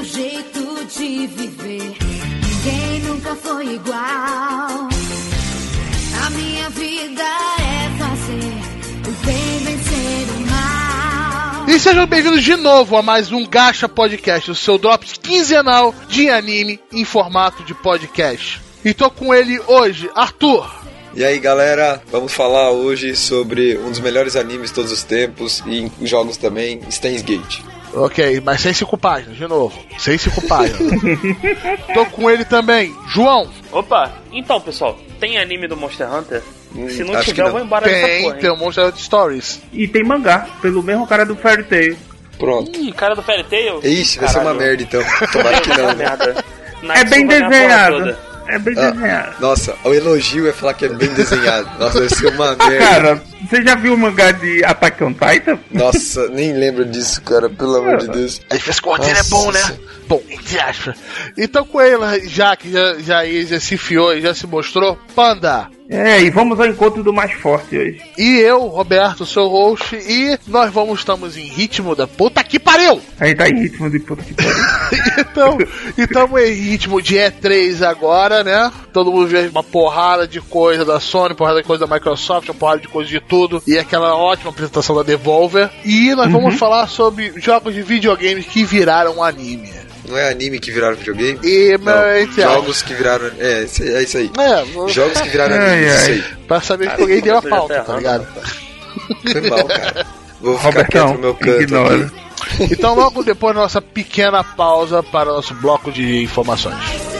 meu jeito de viver. Ninguém nunca foi igual. A minha vida é fazer o bem vencer o mal. E sejam bem-vindos de novo a mais um Gacha Podcast, o seu drops quinzenal de anime em formato de podcast. E tô com ele hoje, Arthur. E aí galera, vamos falar hoje sobre um dos melhores animes de todos os tempos e em jogos também, Steins Gate. Ok, mas sem 5 páginas, de novo. Sem 5 páginas. Tô com ele também, João. Opa, então pessoal, tem anime do Monster Hunter? Se não acho tiver, que eu vou embora dessa porra, hein? Tem um Monster Hunter Stories. E tem mangá, pelo mesmo cara do Fairy Tail. Pronto. Ih, cara do Fairy Tail? Ixi, vai ser uma merda então. Tomara que não, né? Merda. É bem desenhado. É bem desenhado. Nossa, o elogio é falar que é bem desenhado. Nossa, deve ser uma merda. Cara, você já viu o mangá de Attack on Titan? Nossa, nem lembro disso, cara, pelo amor de Deus. Aí fez corteiro é bom, né? Bom, entre aspas. Então com ele, já que já se enfiou e já se mostrou, Panda. É, e vamos ao encontro do mais forte hoje. E eu, Roberto, seu host, e nós estamos em ritmo da puta que pariu! Aí tá em ritmo de puta que pariu. E estamos em ritmo de E3 agora, né? Todo mundo vê uma porrada de coisa da Sony, porrada de coisa da Microsoft, uma porrada de coisa de tudo, e aquela ótima apresentação da Devolver. E nós vamos falar sobre jogos de videogames que viraram anime. Não é anime que viraram videogame? Jogos que viraram... É isso aí. É, jogos que viraram anime, isso aí. Pra saber que alguém deu a pauta, tá ligado? Foi mal, cara. Vou ficar quieto no meu canto ignora. Aqui. Então logo depois da nossa pequena pausa para o nosso bloco de informações.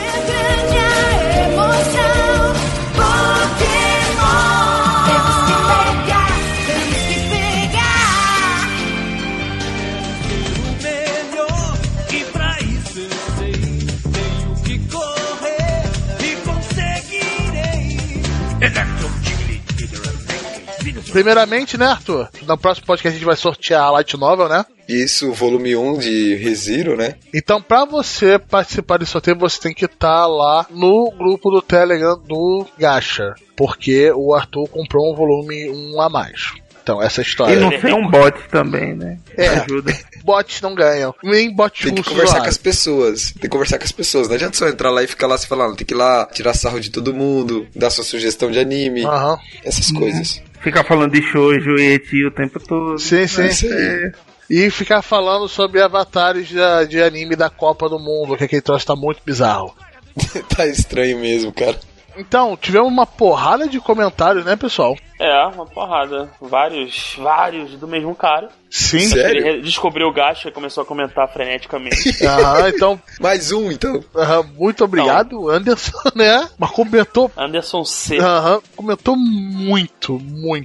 Primeiramente, né, Arthur? No próximo podcast a gente vai sortear a Light Novel, né? Isso, volume 1 de ReZero, né? Então, pra você participar desse sorteio, você tem que estar lá no grupo do Telegram do Gacha. Porque o Arthur comprou um volume 1 a mais. Então, essa história. E não ser um bot também, né? É, ajuda. Bots não ganham. Nem bots Tem que conversar com as pessoas. Tem que conversar com as pessoas. Não adianta só entrar lá e ficar lá se falando. Tem que ir lá, tirar sarro de todo mundo, dar sua sugestão de anime. Essas coisas. Ficar falando de shoujo e eti o tempo todo. Sim. E ficar falando sobre avatares de anime da Copa do Mundo, que aquele troço tá muito bizarro. Tá estranho mesmo, cara. Então, tivemos uma porrada de comentários, né, pessoal? É, uma porrada. Vários do mesmo cara. Sim. Sério? Ele descobriu o gacha e começou a comentar freneticamente. Então... Mais um, então. Muito obrigado, Anderson, né? Mas comentou... Anderson C. Comentou muito.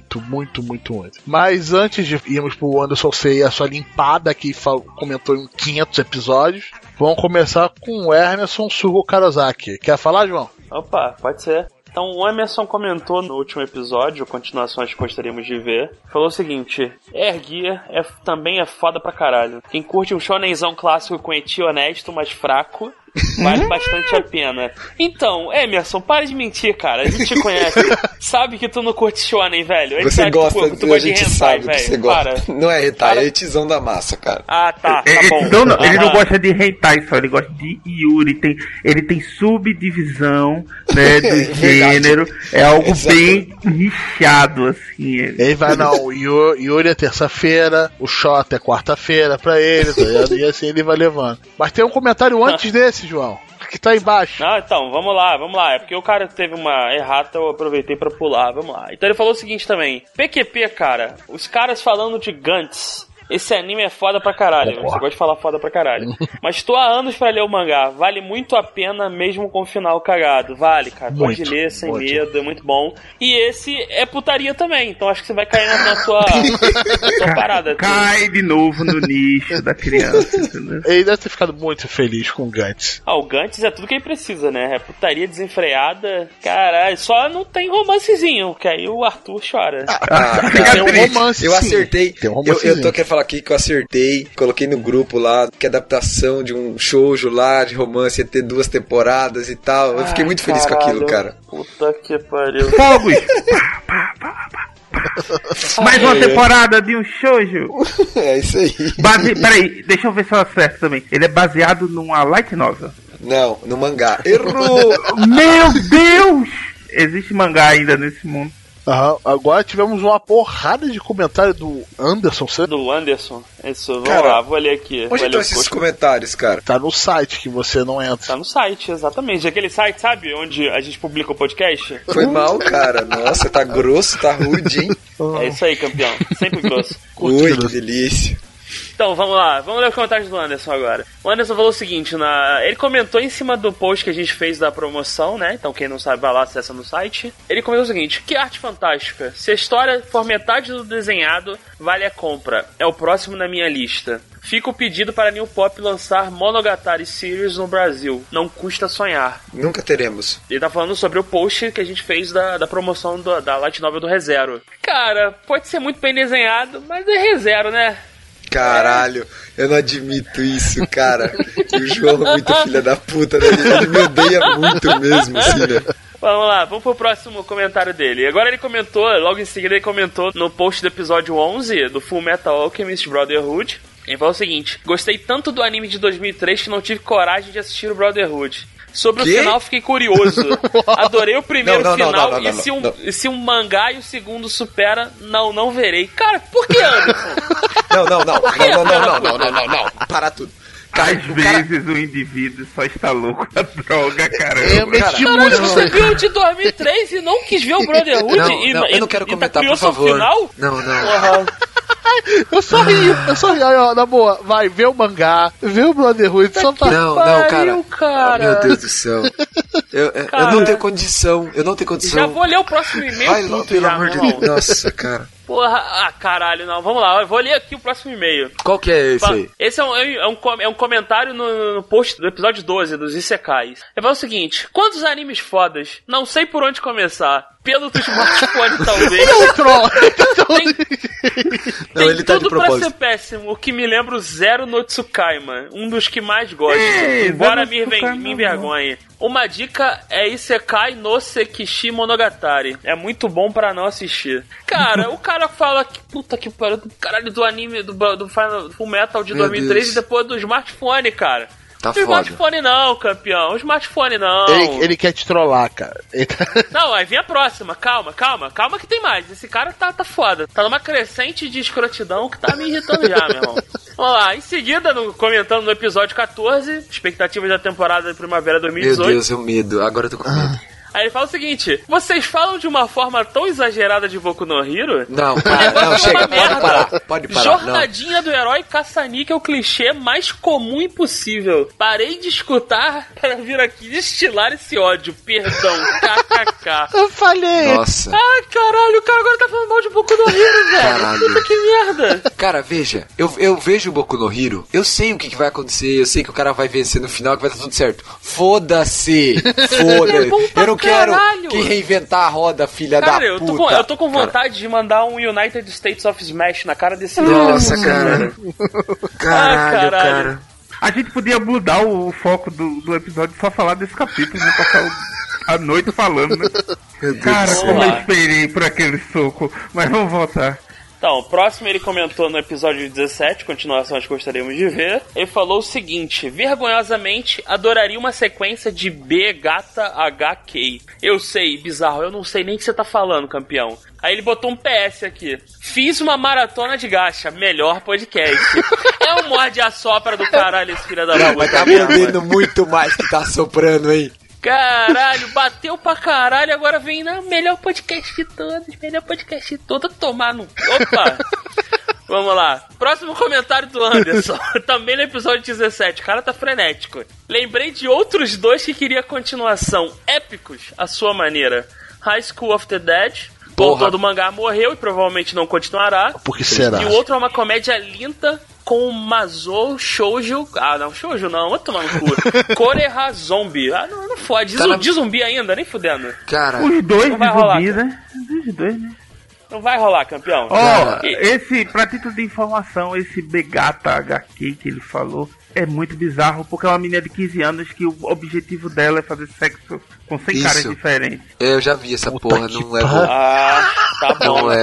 Mas antes de irmos pro Anderson C e a sua limpada, que comentou em 500 episódios, vamos começar com o Emerson Sugo Karozaki. Quer falar, João? Opa, pode ser. Então o Emerson comentou no último episódio, continuações que gostaríamos de ver, falou o seguinte: Air Gear também é foda pra caralho. Quem curte um shonenzão clássico com eti honesto, mas fraco, vale bastante a pena. Então, Emerson, para de mentir, cara. A gente te conhece. Sabe que tu não curte shonen, velho. A gente você sabe gosta, que tu gosta de hentai, sabe velho. que você gosta. Para. Não é hentai, é etizão da massa, cara. Ah, tá bom. Ele não gosta de hentai só, ele gosta de Yuri. Ele tem subdivisão, né, do gênero. É algo bem nichado, assim. Ele vai, não, o Yuri é terça-feira, o Shota é quarta-feira pra ele, tá ligado? E assim ele vai levando. Mas tem um comentário antes desse, João, que tá embaixo. Não, então, vamos lá. É porque o cara teve uma errata, eu aproveitei pra pular. Vamos lá. Então ele falou o seguinte também: PQP, cara, os caras falando de Gantz. Esse anime é foda pra caralho. Você gosta de falar foda pra caralho. Mas tô há anos pra ler o mangá. Vale muito a pena mesmo com o final cagado. Vale, cara. Pode ler sem medo, é muito bom. E esse é putaria também. Então acho que você vai cair na tua parada. Cai de novo no nicho da criança, entendeu? Ele deve ter ficado muito feliz com o Gantz. O Gantz é tudo que ele precisa, né? É putaria desenfreada. Caralho, só não tem romancezinho, que aí o Arthur chora. Tem um romance. Eu acertei. Tem um eu tô querendo falar aqui que eu acertei, coloquei no grupo lá que a adaptação de um shoujo lá de romance ia ter 2 temporadas e tal. Eu fiquei muito feliz com aquilo, cara. Puta que pariu. Fogos! Mais uma temporada de um shoujo. É isso aí. Peraí, deixa eu ver se eu acerto também. Ele é baseado numa light novel. Não, no mangá. Errou! Meu Deus! Existe mangá ainda nesse mundo. Agora tivemos uma porrada de comentário do Anderson. Do Anderson. Isso, vamos lá, vou ler aqui. Onde estão esses comentários, cara? Tá no site que você não entra. Tá no site, exatamente. Aquele site, sabe? Onde a gente publica o podcast. Foi mal, cara. Nossa, tá grosso, tá rude, hein? É isso aí, campeão. Sempre grosso. Ui, que delícia. Então, vamos lá. Vamos ler os comentários do Anderson agora. O Anderson falou o seguinte, ele comentou em cima do post que a gente fez da promoção, né? Então, quem não sabe, vai lá, acessa no site. Ele comentou o seguinte: que arte fantástica. Se a história for metade do desenhado, vale a compra. É o próximo na minha lista. Fica o pedido para a New Pop lançar Monogatari Series no Brasil. Não custa sonhar. Nunca teremos. Ele tá falando sobre o post que a gente fez da promoção da Light Novel do ReZero. Cara, pode ser muito bem desenhado, mas é ReZero, né? Caralho, eu não admito isso, cara. O João é muito filha da puta, né? Ele me odeia muito mesmo, assim, né? Vamos lá, vamos pro próximo comentário dele. Agora ele comentou, logo em seguida ele comentou no post do episódio 11 do Full Metal Alchemist Brotherhood. Ele falou o seguinte: gostei tanto do anime de 2003 que não tive coragem de assistir o Brotherhood. Sobre o final fiquei curioso. Adorei o primeiro final. E se um mangá e o segundo supera, não verei. Cara, por que, Anderson? Não. Para tudo. Às vezes o indivíduo só está louco na droga, caramba. Cara, você viu o de 2003 e não quis ver o Brotherhood? Eu não quero comentar, por favor. Final? Não. Eu só rio, ó, na boa. Vai, vê o mangá, vê o Brotherhood, só pra... Não, cara. Meu Deus do céu. Eu não tenho condição, Já vou ler o próximo e-mail. Vai lá, pelo amor de Deus. Nossa, cara. Porra, caralho, não. Vamos lá, eu vou ler aqui o próximo e-mail. Qual que é esse aí? Esse é um comentário no post do episódio 12 dos Isekais. Ele fala o seguinte: quantos animes fodas? Não sei por onde começar. Pelo do smartphone, talvez. Tem ele tá tudo de propósito. Pra ser péssimo, o que me lembra o Zero no Tsukaima, um dos que mais gosto, embora me envergonhe. Uma dica é Isekai no Sekishi Monogatari. É muito bom pra não assistir. Cara, o cara fala que puta que pariu do caralho do anime do Full Metal de 2003 e depois do smartphone, cara. Tá foda. Smartphone não, campeão. O smartphone não. Ele quer te trollar, cara. Não, aí vem a próxima. Calma que tem mais. Esse cara tá foda. Tá numa crescente de escrotidão que tá me irritando já, meu irmão. Vamos lá, em seguida, comentando no episódio 14, expectativas da temporada de primavera 2018. Meu Deus, eu medo. Agora eu tô com medo. Aí ele fala o seguinte: vocês falam de uma forma tão exagerada de Boku no Hero? Não, chega, pode parar. Jornadinha do herói caça-níquel, clichê mais comum impossível. Parei de escutar para vir aqui destilar esse ódio. Perdão, kkk. Eu falei. Nossa. Ah, caralho, o cara agora tá falando mal de Boku no Hero, velho. Caralho. Puta que merda. Cara, veja, eu vejo o Boku no Hero, eu sei o que vai acontecer, eu sei que o cara vai vencer no final, que vai dar tudo certo. Foda-se. Eu não quero que reinventar a roda, filha da puta. Eu tô com vontade de mandar um United States of Smash na cara desse... Nossa, cara. Caralho, cara. A gente podia mudar o foco do episódio e só falar desse capítulo, né? Passar a noite falando, né? Cara, como eu esperei por aquele soco. Mas vamos voltar. Então, o próximo ele comentou no episódio 17, continuação que gostaríamos de ver. Ele falou o seguinte: vergonhosamente, adoraria uma sequência de B Gata HK. Eu sei, bizarro, eu não sei nem o que você tá falando, campeão. Aí ele botou um PS aqui: fiz uma maratona de gacha, melhor podcast. É um morde a sopra do caralho esse filho da puta. Mas tá mordendo muito mais que tá soprando, hein? Caralho, bateu pra caralho, agora vem na melhor podcast de todos, tomar no... Opa! Vamos lá. Próximo comentário do Anderson. Também no episódio 17. O cara tá frenético. Lembrei de outros dois que queria continuação. Épicos, à sua maneira. High School of the Dead. O autor do mangá morreu e provavelmente não continuará. Por que será? E o outro é uma comédia linda com o Mazou Shoujo. Ah, não, Shoujo não, vou tomar no cu. Koreha Zombie. Ah, não fode. De zumbi ainda, nem fudendo. Cara, os dois de zumbi, né? Os dois, né? Não vai rolar, campeão. Esse, pra título de informação, esse Begata HQ que ele falou é muito bizarro, porque é uma menina de 15 anos que o objetivo dela é fazer sexo com 100 caras diferentes. Eu já vi essa porra, não é bom. Ah, tá bom, não é. Então.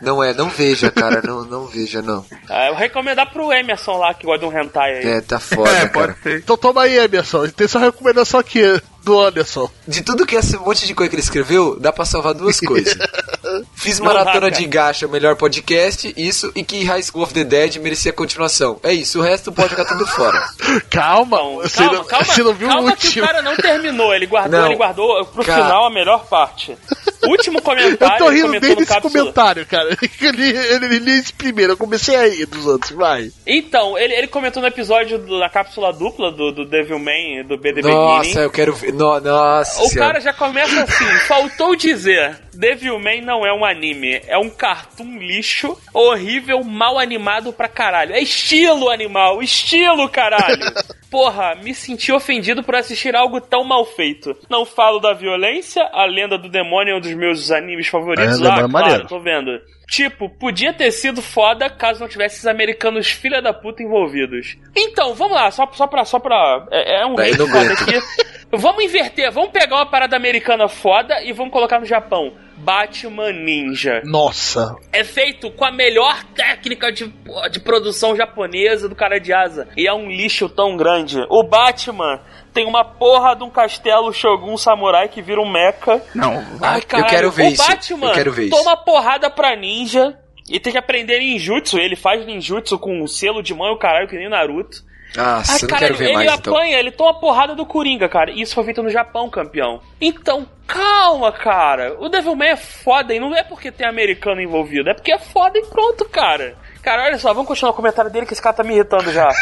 não veja, cara, não veja, não. Eu vou recomendar pro Emerson lá, que gosta de um hentai aí. Tá foda, cara. Então toma aí, Emerson, tem sua recomendação aqui, do Anderson. De tudo que esse monte de coisa que ele escreveu, dá pra salvar 2 coisas. Fiz maratona de Gacha, melhor podcast, isso, e que High School of the Dead merecia continuação. É isso, o resto pode ficar tudo fora. Calma, você não viu o último. Que o cara não terminou, ele guardou pro final a melhor parte. Último comentário. Eu tô rindo desde esse comentário, cara. Ele li esse primeiro, eu comecei a rir dos outros, vai. Então, ele comentou no episódio da cápsula dupla do Devilman, do BD Nossa, Beginning. eu quero ver. Nossa. O cara já começa assim, faltou dizer, Devilman não é um anime, é um cartoon lixo, horrível, mal animado pra caralho. É estilo, animal, estilo, caralho. Porra, me senti ofendido por assistir algo tão mal feito. Não falo da violência, a Lenda do Demônio é um dos meus animes favoritos. Claro, tô vendo. Tipo, podia ter sido foda caso não tivesse esses americanos filha da puta envolvidos. Então, vamos lá, só pra... É um rei foda aqui. Vamos inverter, vamos pegar uma parada americana foda e vamos colocar no Japão. Batman Ninja. Nossa. É feito com a melhor técnica de produção japonesa do cara de asa. E é um lixo tão grande. O Batman tem uma porra de um castelo Shogun Samurai que vira um mecha. Não. Ai, caralho. Eu quero ver isso. O Batman toma porrada pra ninja e tem que aprender ninjutsu. Ele faz ninjutsu com um selo de mão e o caralho que nem Naruto. Nossa, cara, não quero ver ele mais, apanha, então. Ele toma porrada do Coringa, cara. E isso foi feito no Japão, campeão. Então, calma, cara. O Devilman é foda e não é porque tem americano envolvido, é porque é foda e pronto, cara. Cara, olha só, vamos continuar o comentário dele que esse cara tá me irritando já.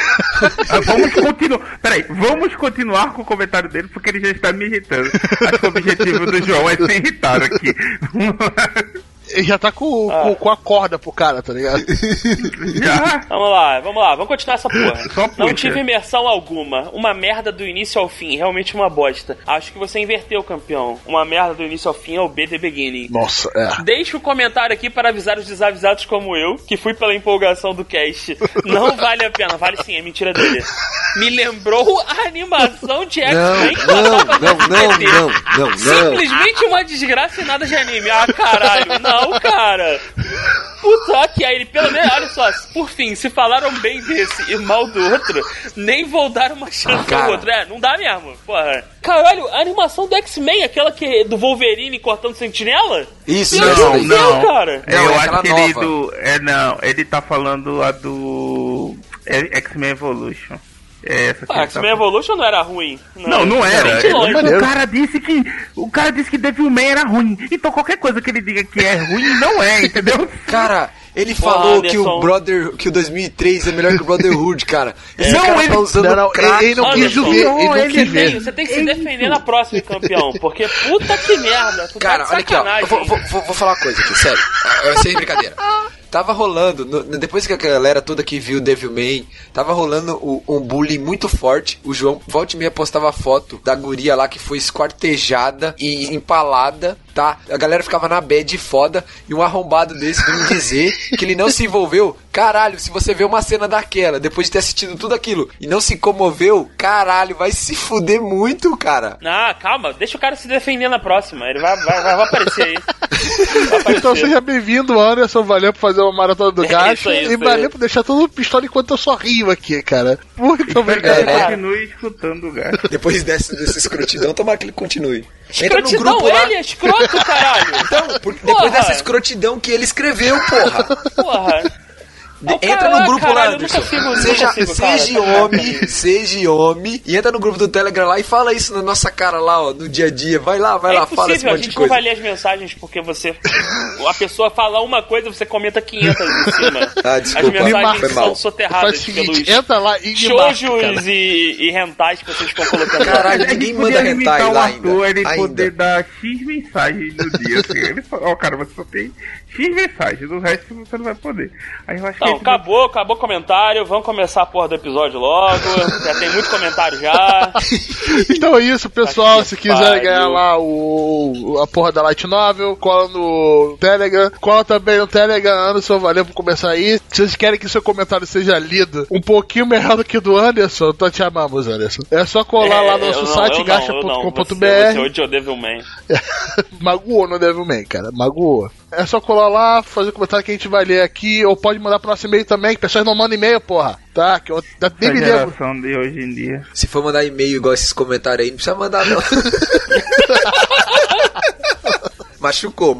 Vamos continuar com o comentário dele porque ele já está me irritando. Acho que o objetivo do João é ser irritado aqui. Ele já tá com a corda pro cara, tá ligado? Vamos lá, vamos continuar essa porra. Não tive imersão alguma. Uma merda do início ao fim, realmente uma bosta. Acho que você inverteu, campeão. Uma merda do início ao fim é o BD Beginning. Nossa, Deixa o comentário aqui para avisar os desavisados como eu, que fui pela empolgação do cast. Não vale a pena, vale sim, é mentira dele. Me lembrou a animação de X-Men que passava não. Simplesmente uma desgraça e nada de anime. Ah, caralho, não, cara. Puta, que aí ele, pelo menos, olha só, por fim, se falaram bem desse e mal do outro, nem vou dar uma chance ao outro. Não dá mesmo, porra. Caralho, a animação do X-Men, aquela que do Wolverine cortando sentinela? Isso, não, cara. Eu acho que ele tá falando a do X-Men Evolution. X-Men Evolution não era ruim. Não era. O cara disse que Devilman era ruim. Então qualquer coisa que ele diga que é ruim, não é, entendeu? Cara, ele falou que o 2003 é melhor que o Brotherhood, cara. Esse cara tá usando crack. Ele não quis ver. Você tem que se defender na próxima, campeão. Porque puta que merda. Cara, olha aqui, ó. Vou falar uma coisa aqui, sério. Sem brincadeira. Tava rolando, depois que a galera toda que viu Devilman, tava rolando um bullying muito forte. O João volta e meia postava foto da guria lá que foi esquartejada e empalada, tá? A galera ficava na bad foda e um arrombado desse vem dizer que ele não se envolveu. Caralho, se você vê uma cena daquela, depois de ter assistido tudo aquilo e não se comoveu, caralho, vai se fuder muito, cara. Calma, deixa o cara se defender na próxima. Ele vai aparecer aí. Então seja bem-vindo, Anderson. Valeu por fazer uma maratona do Gacha. E valeu por deixar todo o pistola enquanto eu só rio aqui, cara. Muito obrigado. Continue escutando o Gacha. Depois dessa escrotidão, tomara que ele continue. Entra no grupo lá. Ele é escroto, caralho. Então, depois dessa escrotidão que ele escreveu, porra. Entra no grupo lá, Anderson. Seja homem e entra no grupo do Telegram lá e fala isso na nossa cara lá, ó, no dia a dia. Vai lá, fala esse monte de coisa. A gente não vai ler as mensagens porque a pessoa fala uma coisa e você comenta 500 em cima. Desculpa, as mensagens são soterradas pelos entra lá e shoujos e rentais que vocês estão colocando. Caralho, ninguém manda hentai lá ainda. Ele poder dar X mensagens no dia, assim. Ele fala, cara, você só tem X mensagens, do resto você não vai poder. Aí eu acho que acabou o comentário, vamos começar a porra do episódio logo, já tem muito comentário já. Então é isso, pessoal, se quiser ganhar lá a porra da Light Novel, cola no Telegram, cola também no Telegram, Anderson, valeu por começar aí. Se vocês querem que seu comentário seja lido um pouquinho melhor do que o do Anderson, então te amamos, Anderson. É só colar lá no nosso site, gacha.com.br. Você odiou Devilman. Magoou no Devilman, cara, magoou. É só colar lá, fazer comentário que a gente vai ler aqui, ou pode mandar pro nosso e-mail também, que pessoas não mandam e-mail, porra. Tá? Que eu nem me lembro. De hoje em dia. Se for mandar e-mail igual esses comentários aí, não precisa mandar não. Machucou.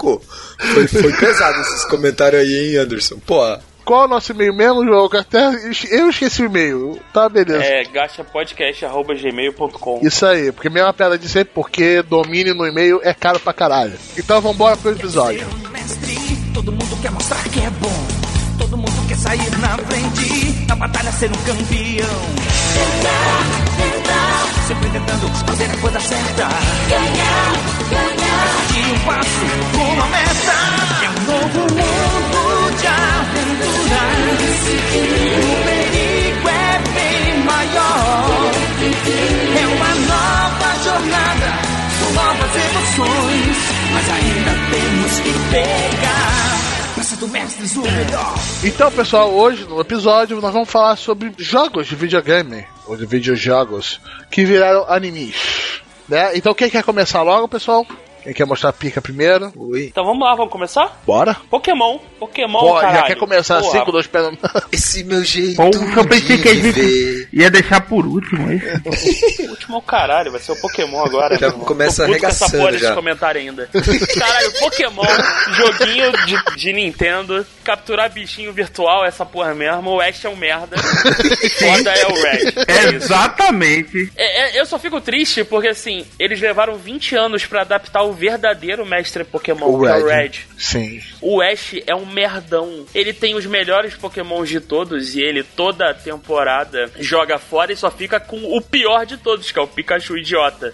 Foi pesado esses comentários aí, hein, Anderson? Porra. Qual é o nosso e-mail mesmo, João? Até eu esqueci o e-mail. Tá, beleza. gachapodcast@gmail.com. Isso aí, porque mesma piada de sempre, porque domínio no e-mail é caro pra caralho. Então vambora pro episódio. Todo mundo quer mostrar que é bom. Todo mundo quer sair na frente, na batalha ser um campeão. Tentar, sempre tentando fazer a coisa certa. Ganhar. E um passo, uma meta. É um novo mundo de aventuras. O perigo é bem maior. É uma nova jornada, são novas emoções. Mas ainda temos que pegar. Do mestre, o melhor. Então, pessoal, hoje no episódio nós vamos falar sobre jogos de videogame, ou de videojogos, que viraram animes, né? Então quem quer começar logo, pessoal? Quem quer mostrar a pica primeiro? Ui. Então vamos lá, vamos começar? Bora. Pokémon, pô, caralho. já quer começar assim com 2 pés no... Esse meu jeito Eu pensei que a de gente viver. ia deixar por último esse. O último é o caralho, vai ser o Pokémon agora. Já começa tô puto com essa arregaçando porra desse já. comentário ainda. Caralho, Pokémon, joguinho de Nintendo, capturar bichinho virtual, essa porra mesmo. O Ash é um merda. Foda é o Red. É isso. Exatamente. Eu só fico triste porque, assim, eles levaram 20 anos pra adaptar o verdadeiro mestre Pokémon, que é o Red. Sim. O Ash é um merdão. Ele tem os melhores Pokémons de todos e ele toda temporada joga fora e só fica com o pior de todos, que é o Pikachu idiota.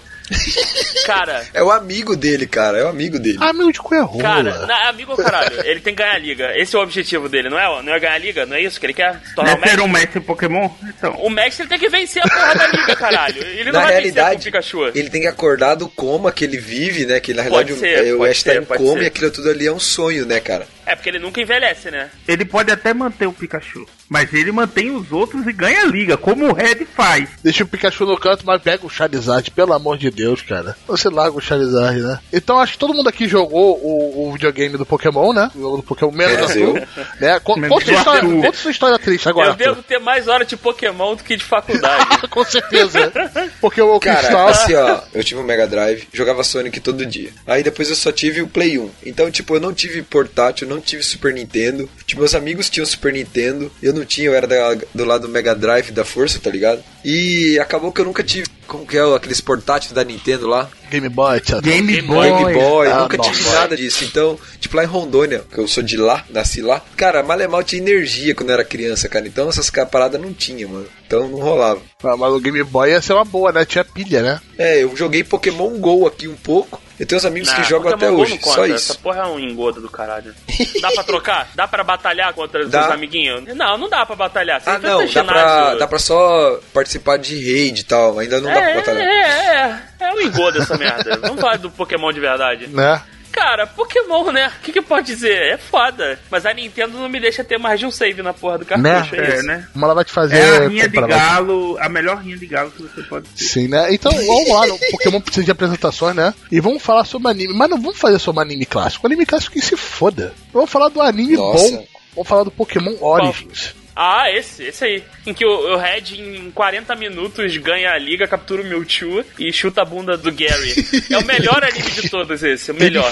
Cara... É o amigo dele, cara. É o amigo dele. Amigo de cunha rola. Cara, amigo caralho. Ele tem que ganhar a liga. Esse é o objetivo dele, não é? Não é ganhar a liga? Não é isso que ele quer? Se tornar Não é ser um mestre Pokémon? Então. O mestre ele tem que vencer a porra da liga, caralho. Ele não Na vai vencer com o realidade, Pikachu. ele tem que acordar do coma que ele vive, né? Que na realidade o Ash tá em coma e aquilo tudo ali é um sonho, né, cara? É porque ele nunca envelhece, né? Ele pode até manter o Pikachu, mas ele mantém os outros e ganha a liga, como o Red faz. Deixa o Pikachu no canto, mas pega o Charizard, pelo amor de Deus, cara. Você larga o Charizard, né? Então acho que todo mundo aqui jogou o videogame do Pokémon, né? O jogo do Pokémon, menos eu. Né? Conta sua história triste agora. Eu devo ter mais hora de Pokémon do que de faculdade. Com certeza. Pokémon Cara, Cristal. assim, ó, eu tive um Mega Drive, jogava Sonic todo dia. Aí depois eu só tive o Play 1. Então, tipo, eu não tive portátil, não tive Super Nintendo. Tipo, meus amigos tinham Super Nintendo, eu não tinha, eu era do lado do Mega Drive da Força, tá ligado? E acabou que eu nunca tive, como que é, aqueles portáteis da Nintendo lá? Game Boy, Game Boy. Nunca tive nada disso. Então, tipo, lá em Rondônia, que eu sou de lá, nasci lá, cara, Malemal tinha energia quando eu era criança, cara. Então essas paradas não tinha, mano. Então não rolava. Mas o Game Boy ia ser uma boa, né? Tinha pilha, né? É, eu joguei Pokémon GO aqui um pouco. Eu tenho uns amigos que jogam até hoje, só isso. Essa porra é um engodo do caralho. Dá pra trocar? Dá pra batalhar contra os seus amiguinhos? Não dá pra batalhar. Você não, dá pra só participar de raid e tal, ainda não dá pra batalhar. É um engodo essa merda. Vamos falar do Pokémon de verdade. Né? Cara, Pokémon, né? O que pode dizer? É foda. Mas a Nintendo não me deixa ter mais de um save na porra do cartucho. Né? Né? Como ela vai te fazer... É a rinha de galo, a melhor rinha de galo que você pode ter. Sim, né? Então, vamos lá, o Pokémon precisa de apresentações, né? E vamos falar sobre anime. Mas não vamos fazer sobre anime clássico. O anime clássico que se foda. Vamos falar do anime bom. Vamos falar do Pokémon Origins. Ah, esse aí. Em que o Red, em 40 minutos, ganha a liga, captura o Mewtwo e chuta a bunda do Gary. É o melhor anime de todos esse, o melhor.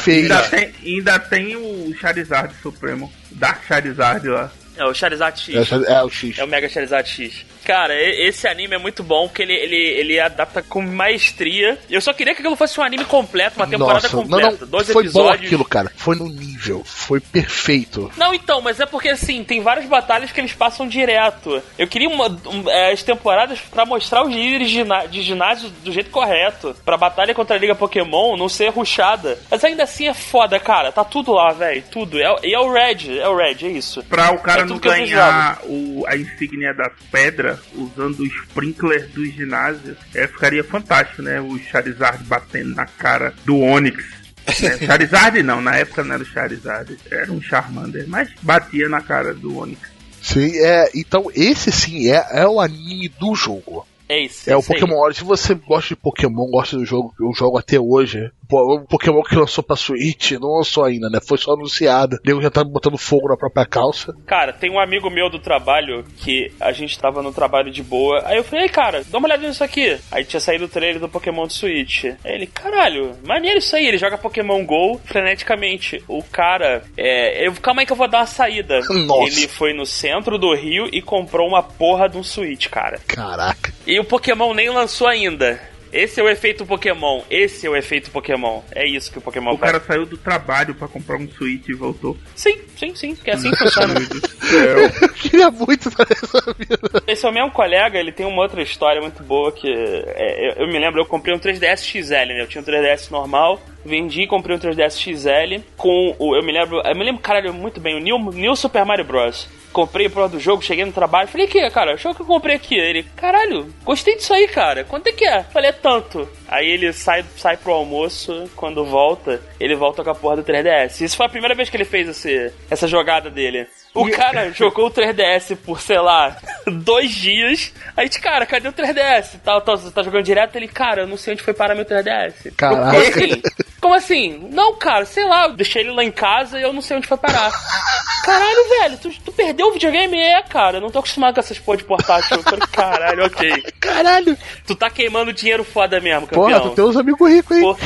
Ainda tem o Charizard Supremo, Dark Charizard lá. É o Charizard X. É o X. É o Mega Charizard X. Cara, esse anime é muito bom, porque ele adapta com maestria. Eu só queria que aquilo fosse um anime completo, uma temporada completa. 12 foi episódios. Bom aquilo, cara. Foi no nível. Foi perfeito. Não, então, mas é porque, assim, tem várias batalhas que eles passam direto. Eu queria as temporadas pra mostrar os líderes de ginásio do jeito correto. Pra batalha contra a Liga Pokémon não ser rushada. Mas ainda assim é foda, cara. Tá tudo lá, velho. Tudo. E é o Red, é isso. Pra o cara não ganhar a insígnia da pedra usando o sprinkler do ginásio, ficaria fantástico, né? O Charizard batendo na cara do Onix. Né? Charizard não, na época não era o Charizard, era um Charmander, mas batia na cara do Onix. Sim, então esse sim é o anime do jogo. É o Pokémon Origin. Se você gosta de Pokémon, gosta do jogo, eu jogo até hoje. O Pokémon que lançou pra Switch, não lançou ainda, né? Foi só anunciado. O nego já tá botando fogo na própria calça. Cara, tem um amigo meu do trabalho que a gente tava no trabalho de boa. Aí eu falei, cara, dá uma olhada nisso aqui. Aí tinha saído o trailer do Pokémon do Switch. Aí ele, caralho, maneiro isso aí. Ele joga Pokémon GO freneticamente. O cara, calma aí que eu vou dar uma saída. Nossa. Ele foi no centro do Rio e comprou uma porra de um Switch, cara. Caraca. E o Pokémon nem lançou ainda. Esse é o efeito Pokémon. Esse é o efeito Pokémon. É isso que o Pokémon faz. O cara saiu do trabalho pra comprar um Switch e voltou. Sim. Que é assim que funciona. Eu queria muito fazer essa vida. Esse é o mesmo colega, ele tem uma outra história muito boa que... eu me lembro, eu comprei um 3DS XL, né? Eu tinha um 3DS normal, vendi e comprei um 3DS XL com o... Eu me lembro, caralho, muito bem, o New Super Mario Bros. Comprei a prova do jogo, cheguei no trabalho, falei, que cara, deixa eu que eu comprei aqui. Ele, caralho, gostei disso aí, cara, quanto é que é? Falei, é tanto. Aí ele sai pro almoço, quando volta, ele volta com a porra do 3DS. Isso foi a primeira vez que ele fez essa jogada dele. O cara jogou o 3DS por, sei lá, 2 dias. Aí, cara, cadê o 3DS? Você tá jogando direto? Ele, cara, eu não sei onde foi parar meu 3DS. Caraca. Como assim? Não, cara, sei lá, eu deixei ele lá em casa e eu não sei onde foi parar. Caralho, velho, tu perdeu o videogame? Cara, eu não tô acostumado com essas porra de portátil. Eu falei, caralho, ok. Caralho. Tu tá queimando dinheiro foda mesmo, campeão. Porra, tu tem uns amigos ricos, hein? Porra.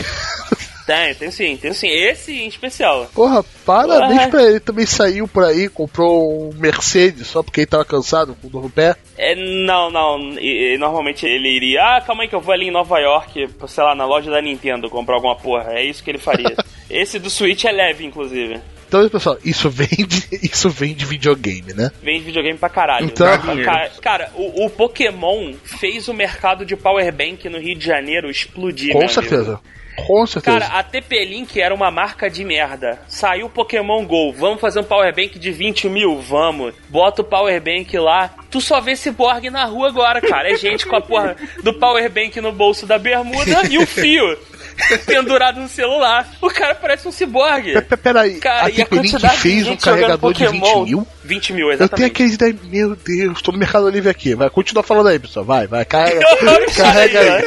Tenho sim. Esse em especial. Porra, parabéns pra ele. Também saiu por aí, comprou um Mercedes só porque ele tava cansado com dor no pé. Não. Normalmente ele iria, calma aí que eu vou ali em Nova York, sei lá, na loja da Nintendo comprar alguma porra. É isso que ele faria. Esse do Switch é leve, inclusive. Então, pessoal, isso vem de videogame, né? Vem de videogame pra caralho. Então, cara, o Pokémon fez o mercado de Powerbank no Rio de Janeiro explodir, com certeza. Com certeza. Cara, a TP-Link era uma marca de merda. Saiu o Pokémon GO. Vamos fazer um Powerbank de 20 mil? Vamos. Bota o Powerbank lá. Tu só vê Cyborg na rua agora, cara. É gente com a porra do Powerbank no bolso da bermuda e o fio pendurado no celular. O cara parece um ciborgue. Peraí, a TP-Link fez um carregador de 20 mil? 20 mil, exatamente. Eu tenho aqueles 10... Meu Deus, tô no Mercado Livre aqui. Vai, continua falando aí, pessoal. Vai, carrega aí.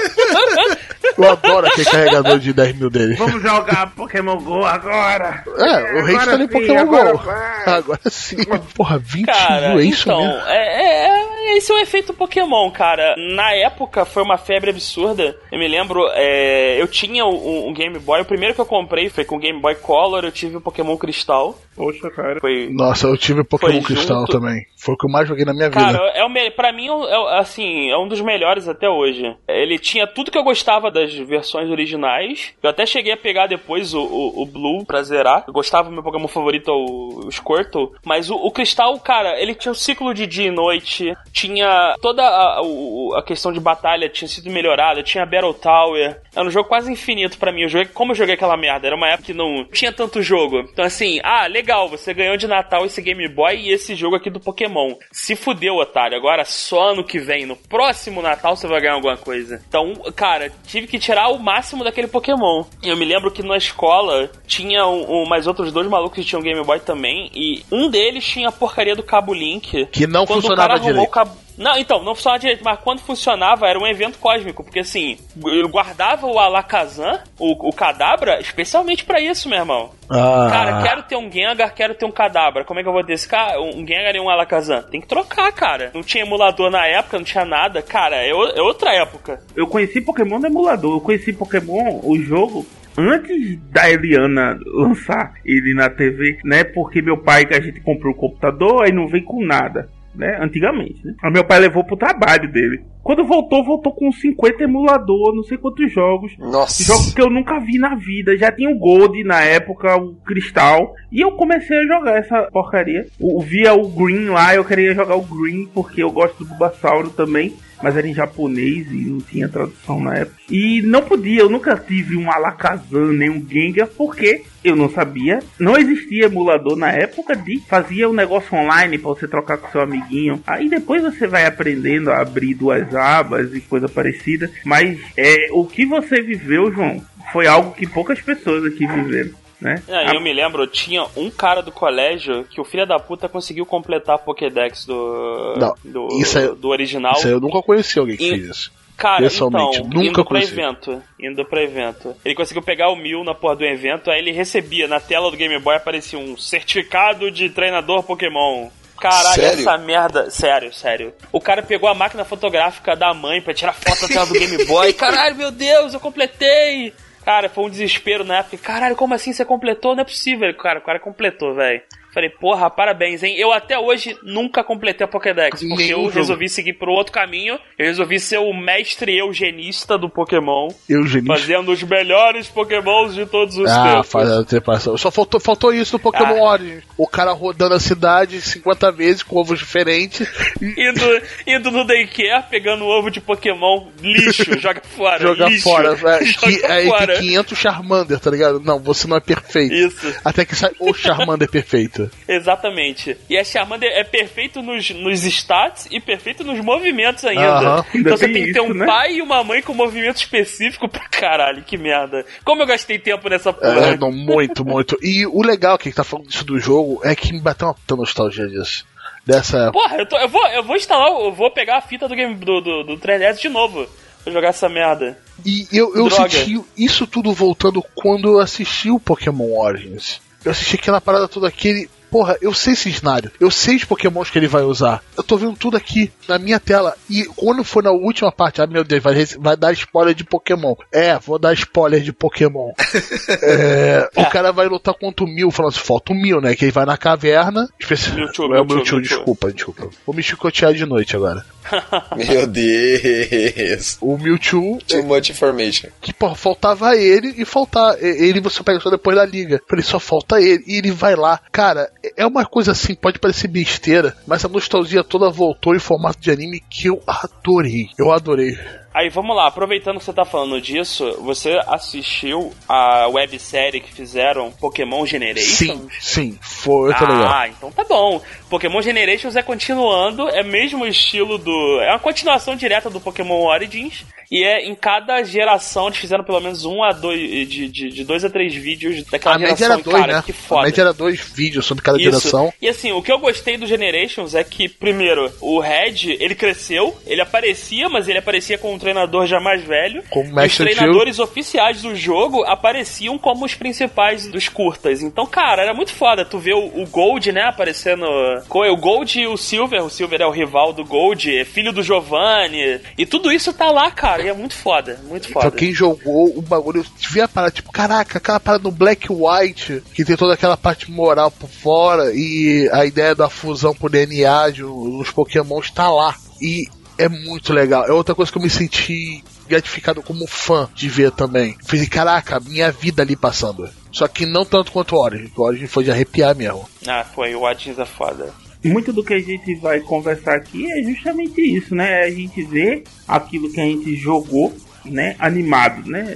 Eu adoro aquele carregador de 10 mil dele. Vamos jogar Pokémon GO agora. O rei tá no Pokémon GO. Agora sim. Porra, 20 mil, é isso mesmo? Esse é o efeito Pokémon, cara. Na época foi uma febre absurda. Eu me lembro, eu tinha um Game Boy. O primeiro que eu comprei foi com o Game Boy Color. Eu tive o Pokémon Cristal. Poxa, cara. Nossa, eu tive o Pokémon Cristal também. Foi o que eu mais joguei na minha vida. Cara, pra mim, é um dos melhores até hoje. Ele tinha tudo que eu gostava das versões originais. Eu até cheguei a pegar depois o Blue pra zerar. Eu gostava, meu Pokémon favorito é o Squirtle. Mas o Cristal, cara, ele tinha um ciclo de dia e noite. Tinha toda a questão de batalha tinha sido melhorada. Tinha Battle Tower. Era um jogo quase infinito pra mim. Como eu joguei aquela merda? Era uma época que não tinha tanto jogo. Então assim, legal, você ganhou de Natal esse Game Boy e esse jogo aqui do Pokémon. Se fudeu, otário. Agora só ano que vem, no próximo Natal, você vai ganhar alguma coisa. Então, cara, tive que tirar o máximo daquele Pokémon. E eu me lembro que na escola tinha mais outros 2 malucos que tinham Game Boy também. E um deles tinha a porcaria do cabo Link. Que não funcionava direito. Não, então, não funcionava direito, mas quando funcionava era um evento cósmico, porque assim, eu guardava o Alakazam, o Kadabra, especialmente pra isso, meu irmão. Cara, quero ter um Gengar, quero ter um Kadabra. Como é que eu vou ter esse cara? Um Gengar e um Alakazam? Tem que trocar, cara. Não tinha emulador na época, não tinha nada. Cara, é outra época. Eu conheci Pokémon no emulador, eu conheci Pokémon, o jogo, antes da Eliana lançar ele na TV, né? Porque meu pai, que a gente comprou o computador, aí não veio com nada. Né, antigamente, né? Aí meu pai levou pro trabalho dele. Quando voltou com 50 emulador, não sei quantos jogos. Nossa. Jogos que eu nunca vi na vida. Já tinha o Gold na época, o Cristal. E eu comecei a jogar essa porcaria. Via o Green lá, eu queria jogar o Green porque eu gosto do Bulbasauro também. Mas era em japonês e não tinha tradução na época. E não podia, eu nunca tive um Alakazam nem um Gengar, porque eu não sabia. Não existia emulador na época fazia um negócio online pra você trocar com seu amiguinho. Aí depois você vai aprendendo a abrir 2 abas e coisa parecida. Mas o que você viveu, João, foi algo que poucas pessoas aqui viveram. né? Eu me lembro, tinha um cara do colégio que o filho da puta conseguiu completar a Pokédex do original. Isso aí eu nunca conheci alguém que fez isso. Cara, então, nunca conheci. Indo pra evento. Ele conseguiu pegar o 1000 na porra do evento, aí ele recebia, na tela do Game Boy aparecia um certificado de treinador Pokémon. Caralho, sério? Essa merda... Sério. O cara pegou a máquina fotográfica da mãe pra tirar foto da tela do Game Boy. Caralho, meu Deus, eu completei! Cara, foi um desespero na época. Caralho, como assim você completou? Não é possível. Cara, o cara completou, velho. Falei, porra, parabéns, hein? Eu até hoje nunca completei a Pokédex, porque eu resolvi seguir por outro caminho. Eu resolvi ser o mestre eugenista do Pokémon. Fazendo os melhores Pokémons de todos os tempos. Fazendo a trepação. Só faltou isso no Pokémon Origins. O cara rodando a cidade 50 vezes com ovos diferentes. Indo no daycare, pegando ovo de Pokémon, lixo, joga fora. Joga lixo, fora. Aí fora. tem 500 Charmander, tá ligado? Não, você não é perfeito. Isso. Até que sai o Charmander perfeito. Exatamente. E a Charmander é perfeito nos stats e perfeito nos movimentos ainda. Então você tem que ter um pai e uma mãe com movimento específico pra caralho. Que merda. Como eu gastei tempo nessa porra. Não, muito. E o legal que tá falando disso do jogo é que me bateu uma puta nostalgia disso. Porra, eu vou instalar, eu vou pegar a fita do 3DS de novo. Vou jogar essa merda. E eu senti isso tudo voltando quando eu assisti o Pokémon Origins. Eu assisti aquela parada toda aquele... Porra, eu sei esse cenário. Eu sei os Pokémons que ele vai usar. Eu tô vendo tudo aqui na minha tela. E quando for na última parte, meu Deus, vai dar spoiler de Pokémon. Vou dar spoiler de Pokémon. O cara vai lutar contra o Mew, falando assim, falta o Mew, né? Que ele vai na caverna. Mewtwo, desculpa. Vou me chicotear de noite agora. Meu Deus. O Mewtwo... Too much information. Que, porra, faltava ele e faltar. Ele você pega só depois da liga. Falei, só falta ele. E ele vai lá. Cara, é uma coisa assim, pode parecer besteira, mas a nostalgia toda voltou em formato de anime que eu adorei. Eu adorei. Aí, vamos lá, aproveitando que você tá falando disso, você assistiu a websérie que fizeram, Pokémon Generations? Sim, foi legal. Então tá bom. Pokémon Generations é continuando, é mesmo estilo é uma continuação direta do Pokémon Origins, e em cada geração eles fizeram pelo menos 1 a 2, de 2 a 3 vídeos daquela geração, era 2, cara, né? Que foda. A média era 2 vídeos sobre cada geração. E assim, o que eu gostei do Generations é que, primeiro, o Red, ele cresceu, ele aparecia, mas ele aparecia com um treinador já mais velho. Os treinadores oficiais do jogo apareciam como os principais dos curtas. Então, cara, era muito foda. Tu vê o Gold, né, aparecendo. O Gold e o Silver. O Silver é o rival do Gold, é filho do Giovanni. E tudo isso tá lá, cara. E é muito foda, muito foda. Então, quem jogou o bagulho, eu devia parar, tipo, caraca, aquela parada no Black White, que tem toda aquela parte moral por fora, e a ideia da fusão por DNA dos Pokémons tá lá. E é muito legal. É outra coisa que eu me senti gratificado como fã de ver também. Falei, caraca, minha vida ali passando. Só que não tanto quanto o Origins. O Origins foi de arrepiar mesmo. Foi. O Origins é foda. Muito do que a gente vai conversar aqui é justamente isso, né? A gente vê aquilo que a gente jogou, né? Animado, né?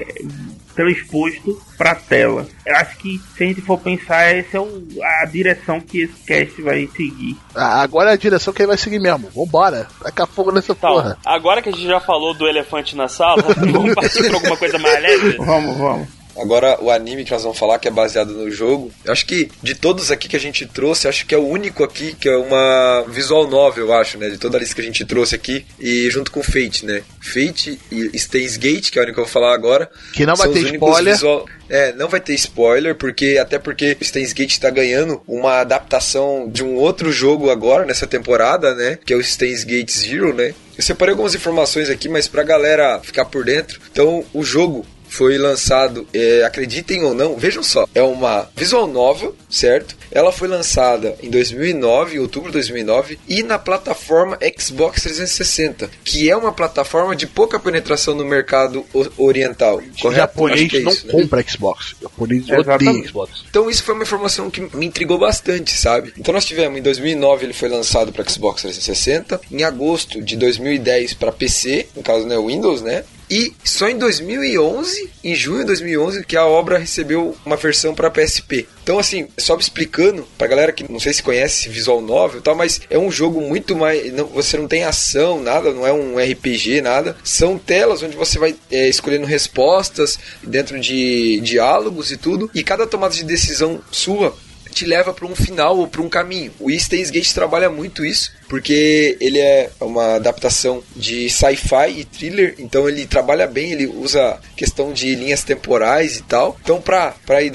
Transposto pra tela. Eu acho que, se a gente for pensar, essa é a direção que esse cast vai seguir. Agora é a direção que ele vai seguir mesmo. Vambora, taca fogo nessa porra. Agora que a gente já falou do elefante na sala, vamos partir pra alguma coisa mais leve? Vamos. Agora, o anime que nós vamos falar, que é baseado no jogo, eu acho que de todos aqui que a gente trouxe, acho que é o único aqui que é uma visual novel, eu acho, né? De toda a lista que a gente trouxe aqui, e junto com Fate, né? Fate e Steins Gate, que é o único que eu vou falar agora. Que não vai ter spoiler. Não vai ter spoiler, até porque Steins Gate tá ganhando uma adaptação de um outro jogo agora, nessa temporada, né? Que é o Steins Gate Zero, né? Eu separei algumas informações aqui, mas pra galera ficar por dentro. Então, o jogo foi lançado, acreditem ou não, vejam só, é uma visual novel, certo? Ela foi lançada em 2009, em outubro de 2009, e na plataforma Xbox 360, que é uma plataforma de pouca penetração no mercado oriental. O japonês não compra Xbox, o japonês odeia Xbox. Então isso foi uma informação que me intrigou bastante, sabe? Então nós tivemos, em 2009 ele foi lançado para Xbox 360, em agosto de 2010 para PC, no caso, né, Windows, né? E só em 2011, em junho de 2011, que a obra recebeu uma versão para PSP. Então, assim, só explicando pra galera que não sei se conhece visual novel e tal, mas é um jogo muito mais... você não tem ação, nada, não é um RPG, nada. São telas onde você vai escolhendo respostas dentro de diálogos e tudo. E cada tomada de decisão sua te leva para um final ou para um caminho. O Steins Gate trabalha muito isso, porque ele é uma adaptação de sci-fi e thriller, então ele trabalha bem, ele usa questão de linhas temporais e tal. Então, pra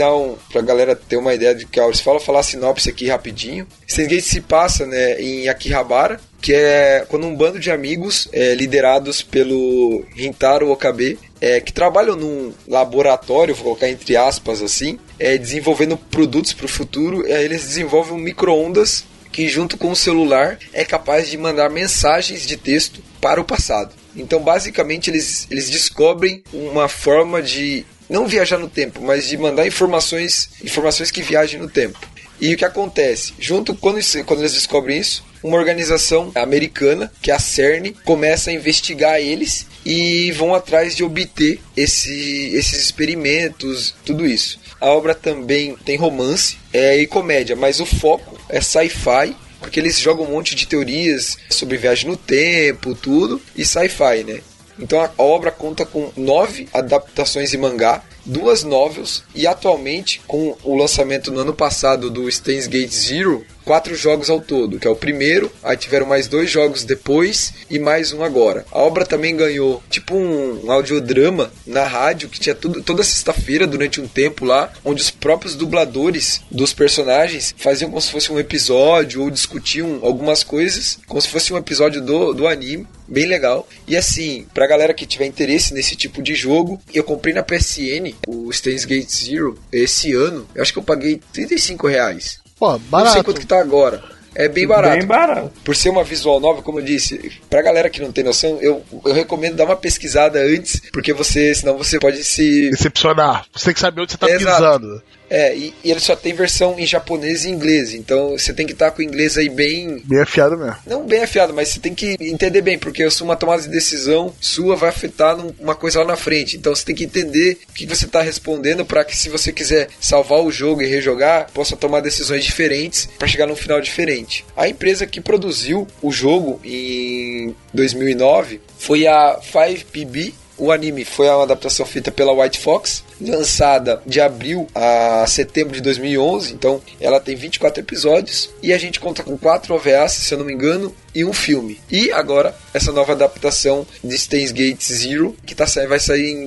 galera ter uma ideia de que eu falar a sinopse aqui rapidinho. Steins Gate se passa, né, em Akihabara, que é quando um bando de amigos liderados pelo Rintaro Okabe, que trabalham num laboratório, vou colocar entre aspas assim, desenvolvendo produtos para o futuro. Eles desenvolvem um micro-ondas que, junto com o celular, é capaz de mandar mensagens de texto para o passado. Então, basicamente, eles descobrem uma forma de não viajar no tempo, mas de mandar informações que viajem no tempo. E o que acontece? Quando eles descobrem isso, uma organização americana, que é a CERN, começa a investigar eles e vão atrás de obter esses experimentos, tudo isso. A obra também tem romance e comédia, mas o foco é sci-fi, porque eles jogam um monte de teorias sobre viagem no tempo, tudo, e sci-fi, né? Então a obra conta com 9 adaptações em mangá, 2 novels e atualmente, com o lançamento no ano passado do Steins Gate Zero, 4 jogos ao todo, que é o primeiro, aí tiveram mais 2 jogos depois e mais um agora. A obra também ganhou tipo um audiodrama na rádio, que tinha toda sexta-feira durante um tempo lá, onde os próprios dubladores dos personagens faziam como se fosse um episódio ou discutiam algumas coisas, como se fosse um episódio do anime. Bem legal. E assim, pra galera que tiver interesse nesse tipo de jogo, eu comprei na PSN o Steins Gate Zero esse ano. Eu acho que eu paguei R$35. Pô, barato. Não sei quanto que tá agora. É bem barato. Bem barato. Por ser uma visual nova, como eu disse, pra galera que não tem noção, eu recomendo dar uma pesquisada antes, porque senão você pode se decepcionar. Você tem que saber onde você tá pisando. E ele só tem versão em japonês e inglês, então você tem que estar com o inglês aí bem afiado mesmo. Não bem afiado, mas você tem que entender bem, porque uma tomada de decisão sua vai afetar uma coisa lá na frente. Então você tem que entender o que você está respondendo, para que, se você quiser salvar o jogo e rejogar, possa tomar decisões diferentes para chegar num final diferente. A empresa que produziu o jogo em 2009 foi a 5PB. O anime foi uma adaptação feita pela White Fox, lançada de abril a setembro de 2011, então ela tem 24 episódios, e a gente conta com 4 OVAs, se eu não me engano, e um filme. E agora, essa nova adaptação de Steins Gate Zero, que vai sair em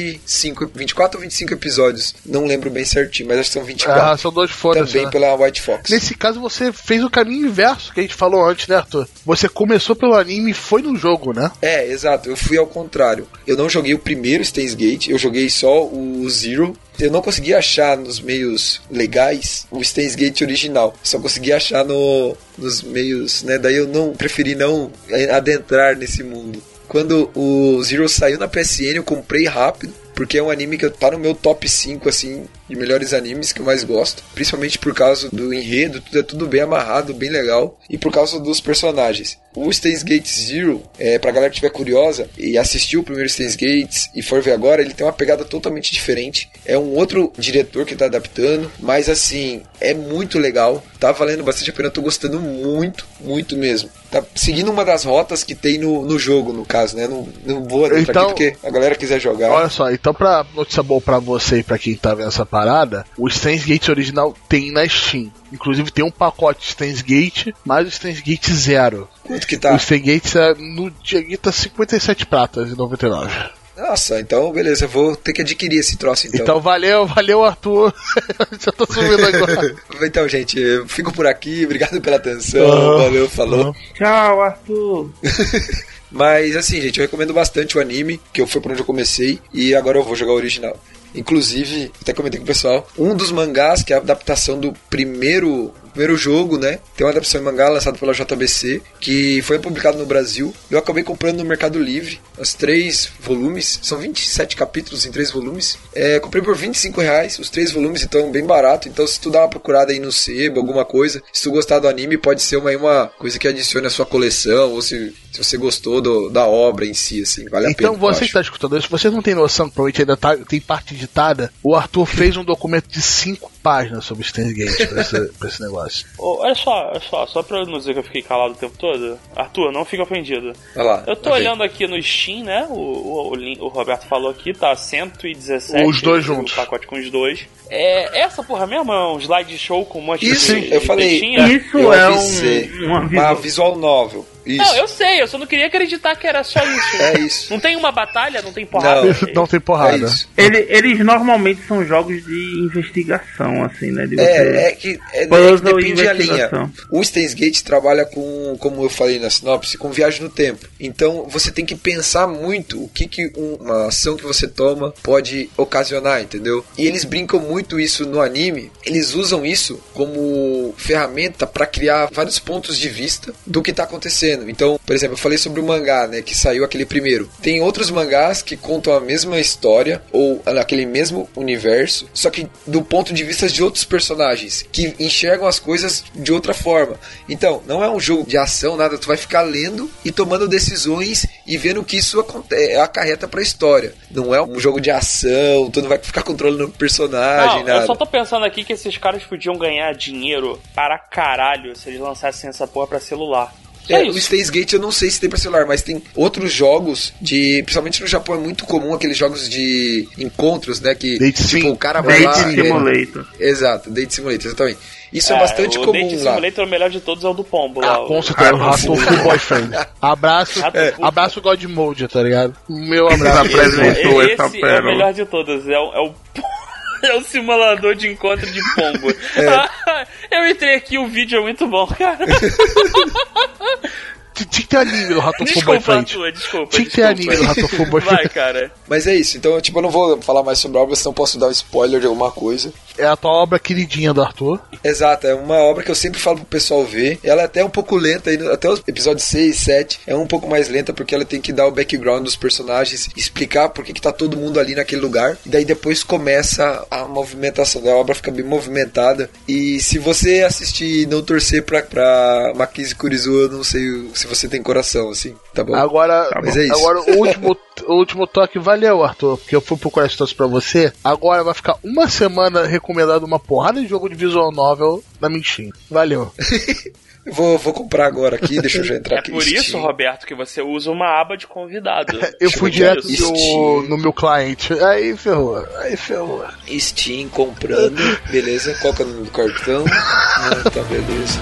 24 ou 25 episódios, não lembro bem certinho, mas acho que são 24. São 2 fodas, também, né? Pela White Fox. Nesse caso, você fez o caminho inverso que a gente falou antes, né, Arthur? Você começou pelo anime e foi no jogo, né? Exato, eu fui ao contrário. Eu não joguei o primeiro Steins Gate, eu joguei só o Zero. Eu não consegui achar nos meios legais o Steins Gate original. Só consegui achar nos meios, né? Daí eu preferi não adentrar nesse mundo. Quando o Zero saiu na PSN, eu comprei rápido, porque é um anime que tá no meu top 5, assim, de melhores animes que eu mais gosto. Principalmente por causa do enredo, tudo bem amarrado, bem legal. E por causa dos personagens. O Steins Gate Zero, pra galera que estiver curiosa e assistiu o primeiro Steins Gate e for ver agora, ele tem uma pegada totalmente diferente. É um outro diretor que tá adaptando, mas assim, é muito legal. Tá valendo bastante a pena, eu tô gostando muito, muito mesmo. Tá seguindo uma das rotas que tem no jogo, no caso, né? Não vou adentrar aqui, porque a galera quiser jogar. Olha só, então pra notícia boa pra você e pra quem tá vendo essa parada, o Steins Gate original tem na Steam. Inclusive tem um pacote Steins Gate mais o Steins Gate Zero. Quanto que tá? O Steins Gate no dia tá 57 pratas e 99. Nossa, então beleza, eu vou ter que adquirir esse troço então. Então valeu Arthur. Já tô subindo agora. Então, gente, eu fico por aqui, obrigado pela atenção, valeu, falou. Tchau, Arthur. Mas assim, gente, eu recomendo bastante o anime, que foi por onde eu comecei, e agora eu vou jogar o original. Inclusive, até comentei com o pessoal, um dos mangás, que é a adaptação do primeiro primeiro jogo, né? Tem uma adaptação em mangá lançada pela JBC, que foi publicado no Brasil. Eu acabei comprando no Mercado Livre, os 3 volumes, são 27 capítulos em 3 volumes. Comprei por R$25, os 3 volumes, então bem barato. Então se tu dá uma procurada aí no sebo, alguma coisa, se tu gostar do anime, pode ser uma coisa que adicione à sua coleção, ou se você gostou da obra em si, assim, vale a pena. Então você que está escutando isso, você não tem noção, provavelmente ainda tem parte editada, o Arthur fez um documento de 5 páginas sobre Steins Gate pra esse negócio. Olha só pra não dizer que eu fiquei calado o tempo todo, Arthur, não fica ofendido. Olha lá, eu tô olhando aqui no Steam, né, o Roberto falou aqui, tá 117. Os dois juntos. O pacote com os dois. Essa porra mesmo é um slideshow com um monte isso, de eu falei. Isso uma visual novel. Isso. Não, eu sei, eu só não queria acreditar que era só isso. É isso. Não tem uma batalha, não tem porrada. Não tem porrada. Eles normalmente são jogos de investigação, assim, né? Que depende da linha. O Steins Gate trabalha com, como eu falei na sinopse, com viagem no tempo. Então você tem que pensar muito o que uma ação que você toma pode ocasionar, entendeu? E eles brincam muito isso no anime. Eles usam isso como ferramenta para criar vários pontos de vista do que tá acontecendo. Então, por exemplo, eu falei sobre o mangá, né, que saiu aquele primeiro. Tem outros mangás que contam a mesma história ou aquele mesmo universo, só que do ponto de vista de outros personagens que enxergam as coisas de outra forma. Então, não é um jogo de ação, nada, tu vai ficar lendo e tomando decisões e vendo o que isso acarreta pra história. Não é um jogo de ação, tu não vai ficar controlando o personagem, nada. Eu só tô pensando aqui que esses caras podiam ganhar dinheiro para caralho se eles lançassem essa porra pra celular. O Steins Gate eu não sei se tem pra celular, mas tem outros jogos principalmente no Japão é muito comum aqueles jogos de encontros, né, que tipo, o cara vai lá... Date Simulator. Exato, Date Simulator, exatamente. Isso é bastante comum lá. O Date Simulator, o melhor de todos é o do Pombo lá. Com certeza, o Rato Boyfriend. Abraço God Mode, tá ligado? Meu abraço. Esse é o melhor de todos, é o simulador de encontro de pombo. Eu entrei aqui, o vídeo é muito bom, cara. Tinha que ter anime do Ratoful Boyfriend. Desculpa. Tinha que ter anime do Ratoful Boyfriend. Vai, cara. Mas é isso, então eu não vou falar mais sobre a obra, senão posso dar um spoiler de alguma coisa. É a tua obra queridinha do Arthur. Exato, é uma obra que eu sempre falo pro pessoal ver. Ela é até um pouco lenta, até os episódios 6 e 7 é um pouco mais lenta, porque ela tem que dar o background dos personagens, explicar por que tá todo mundo ali naquele lugar. E daí depois começa a movimentação da obra, fica bem movimentada. E se você assistir e não torcer pra Makise Kurizu, eu não sei se você tem coração, assim, tá bom? Agora, mas é isso. Agora o último toque valeu, Arthur, porque eu fui procurar isso pra você. Agora vai ficar uma semana recomendado uma porrada de jogo de visual novel na Steam. Valeu. Vou comprar agora aqui, deixa eu já entrar aqui. É por isso, Roberto, que você usa uma aba de convidado. Eu fui direto no meu cliente. Aí ferrou. Steam comprando. Beleza, qual que é o nome do cartão? Tá, beleza.